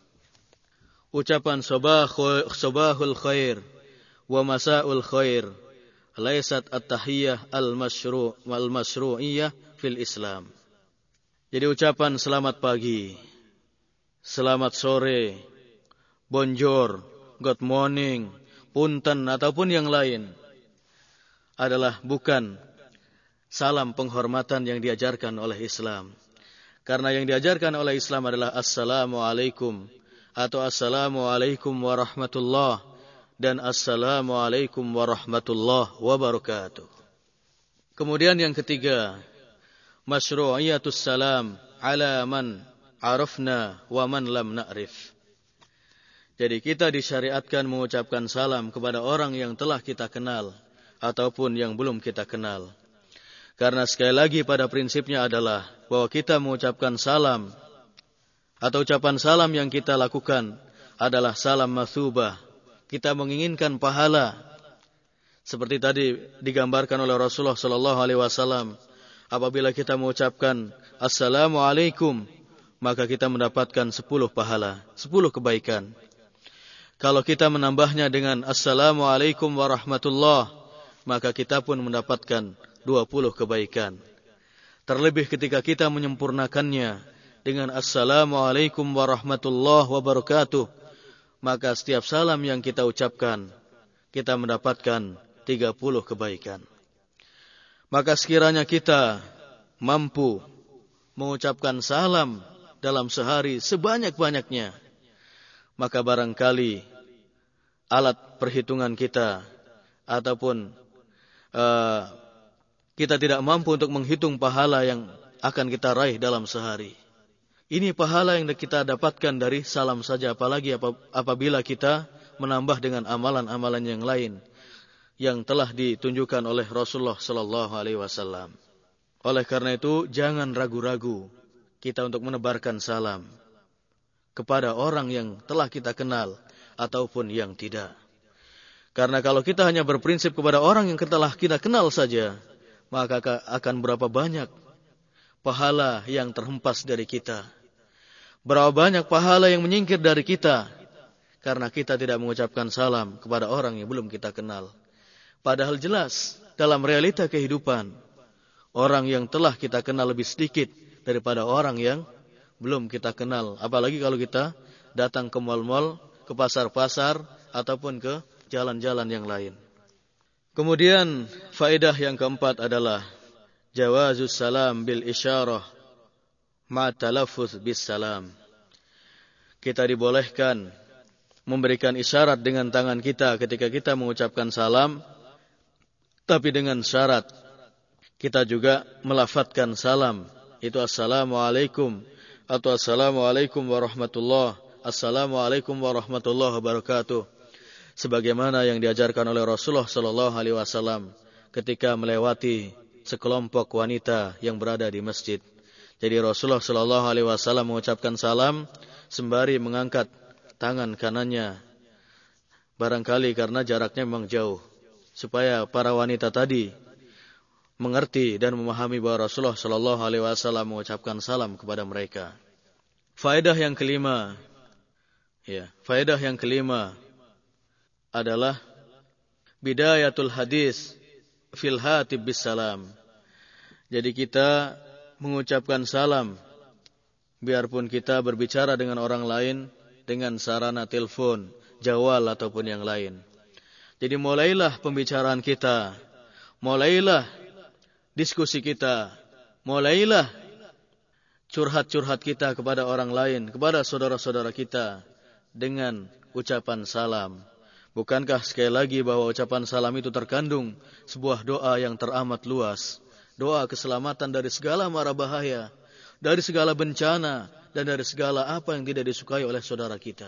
ucapan sabahul khair wa masaul khair laisat at-tahiyyah al-masyru' wal-masyru'iyyah fil Islam. Jadi ucapan selamat pagi, selamat sore, bonjour, good morning, punten ataupun yang lain adalah bukan salam penghormatan yang diajarkan oleh Islam. Karena yang diajarkan oleh Islam adalah assalamualaikum atau assalamualaikum warahmatullah dan assalamualaikum warahmatullahi wabarakatuh. Kemudian yang ketiga, masyru'iyatus salam ala man arafna wa man lam na'rif. Jadi kita disyariatkan mengucapkan salam kepada orang yang telah kita kenal ataupun yang belum kita kenal. Karena sekali lagi pada prinsipnya adalah bahwa kita mengucapkan salam atau ucapan salam yang kita lakukan adalah salam mathubah. Kita menginginkan pahala. Seperti tadi digambarkan oleh Rasulullah sallallahu alaihi wasallam, apabila kita mengucapkan assalamualaikum, maka kita mendapatkan sepuluh pahala, sepuluh kebaikan. Kalau kita menambahnya dengan assalamualaikum warahmatullah, maka kita pun mendapatkan dua puluh kebaikan. Terlebih ketika kita menyempurnakannya dengan assalamualaikum warahmatullahi wabarakatuh, maka setiap salam yang kita ucapkan, kita mendapatkan tiga puluh kebaikan. Maka sekiranya kita mampu mengucapkan salam dalam sehari sebanyak-banyaknya, maka barangkali alat perhitungan kita ataupun uh, kita tidak mampu untuk menghitung pahala yang akan kita raih dalam sehari. Ini pahala yang kita dapatkan dari salam saja, apalagi apabila kita menambah dengan amalan-amalan yang lain yang telah ditunjukkan oleh Rasulullah sallallahu alaihi wasallam. Oleh karena itu, jangan ragu-ragu kita untuk menebarkan salam kepada orang yang telah kita kenal ataupun yang tidak. Karena kalau kita hanya berprinsip kepada orang yang telah kita kenal saja, maka akan berapa banyak pahala yang terhempas dari kita. Berapa banyak pahala yang menyingkir dari kita karena kita tidak mengucapkan salam kepada orang yang belum kita kenal. Padahal jelas dalam realita kehidupan, orang yang telah kita kenal lebih sedikit daripada orang yang belum kita kenal. Apalagi kalau kita datang ke mal-mal, ke pasar-pasar, ataupun ke jalan-jalan yang lain. Kemudian faedah yang keempat adalah jawazus salam bil isyarah ma talaffuz bis salam. Kita dibolehkan memberikan isyarat dengan tangan kita ketika kita mengucapkan salam, tapi dengan syarat kita juga melafadzkan salam, itu assalamualaikum atau assalamualaikum warahmatullah, assalamualaikum warahmatullahi wabarakatuh, sebagaimana yang diajarkan oleh Rasulullah sallallahu alaihi wasallam ketika melewati sekelompok wanita yang berada di masjid. Jadi Rasulullah sallallahu alaihi wasallam mengucapkan salam sembari mengangkat tangan kanannya, barangkali karena jaraknya memang jauh, supaya para wanita tadi mengerti dan memahami bahwa Rasulullah sallallahu alaihi wasallam mengucapkan salam kepada mereka. Faedah yang kelima, ya, faedah yang kelima adalah bidayatul hadis fil hatib bis salam. Jadi kita mengucapkan salam biarpun kita berbicara dengan orang lain dengan sarana telepon, jawal ataupun yang lain. Jadi mulailah pembicaraan kita, mulailah diskusi kita, mulailah curhat-curhat kita kepada orang lain, kepada saudara-saudara kita dengan ucapan salam. Bukankah sekali lagi bahwa ucapan salam itu terkandung sebuah doa yang teramat luas, doa keselamatan dari segala mara bahaya, dari segala bencana, dan dari segala apa yang tidak disukai oleh saudara kita.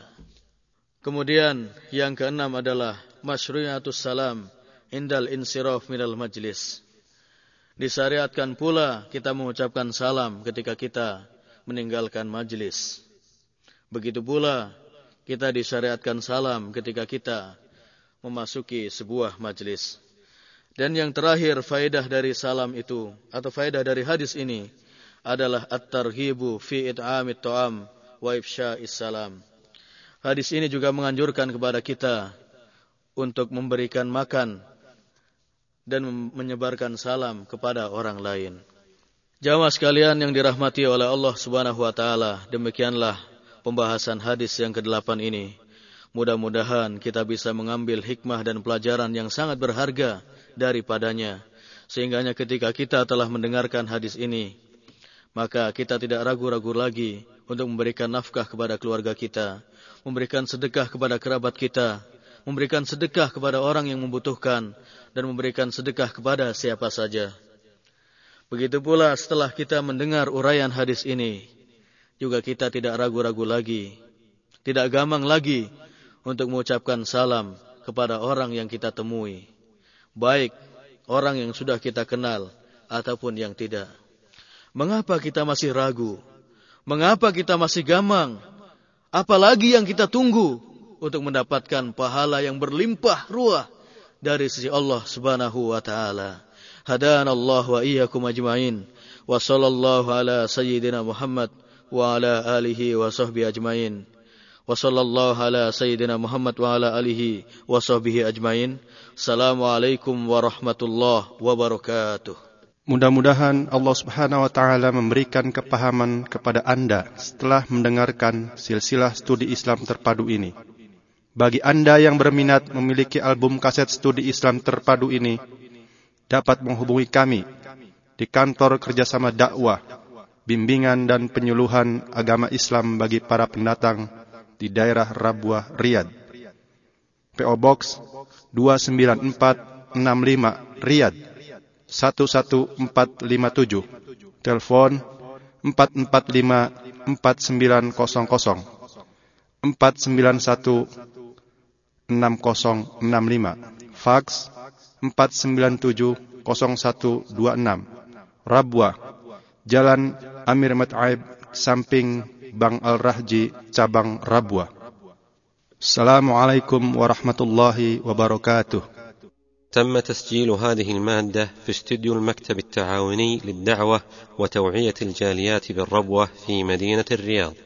Kemudian yang keenam adalah masyru'iyatus salam indal insiraf minal majlis. Disyariatkan pula kita mengucapkan salam ketika kita meninggalkan majlis. Begitu pula kita disyariatkan salam ketika kita memasuki sebuah majlis. Dan yang terakhir faedah dari salam itu atau faedah dari hadis ini adalah at-targhibu fi it'amit ta'am wa ifsya'is salam. Hadis ini juga menganjurkan kepada kita untuk memberikan makan dan menyebarkan salam kepada orang lain. Jamaah sekalian yang dirahmati oleh Allah Subhanahu wa taala, demikianlah pembahasan hadis yang kedelapan ini. Mudah-mudahan kita bisa mengambil hikmah dan pelajaran yang sangat berharga daripadanya, sehingga ketika kita telah mendengarkan hadis ini, maka kita tidak ragu-ragu lagi untuk memberikan nafkah kepada keluarga kita, memberikan sedekah kepada kerabat kita, memberikan sedekah kepada orang yang membutuhkan, dan memberikan sedekah kepada siapa saja. Begitu pula setelah kita mendengar uraian hadis ini, juga kita tidak ragu-ragu lagi, tidak gamang lagi untuk mengucapkan salam kepada orang yang kita temui, baik orang yang sudah kita kenal ataupun yang tidak. Mengapa kita masih ragu? Mengapa kita masih gamang? Apalagi yang kita tunggu untuk mendapatkan pahala yang berlimpah ruah dari sisi Allah Subhanahu wa taala. Hadanallahu wa iyyakum ajmain. Wa sallallahu ala sayyidina Muhammad wa ala alihi wa sahbihi ajmain. Wa sallallahu ala sayyidina Muhammad wa ala alihi wa sahbihi ajmain. Assalamualaikum warahmatullahi wabarakatuh. Mudah-mudahan Allah Subhanahu wa taala memberikan kepahaman kepada Anda setelah mendengarkan silsilah studi Islam terpadu ini. Bagi Anda yang berminat memiliki album kaset studi Islam terpadu ini, dapat menghubungi kami di kantor kerjasama dakwah, bimbingan dan penyuluhan agama Islam bagi para pendatang di daerah Rabwah, Riyadh. P O Box dua sembilan empat enam lima Riyadh satu satu empat lima tujuh. Telepon empat empat lima empat sembilan nol nol empat sembilan satu enam nol enam lima. Fax empat sembilan tujuh nol satu dua enam. Rabwah, Jalan Amir Mat'aib, samping Bank Al-Rahji, cabang Rabwah. Assalamualaikum warahmatullahi wabarakatuh. تم تسجيل هذه المادة في استوديو المكتب التعاوني للدعوة وتوعية الجاليات بالربوة في مدينة الرياض.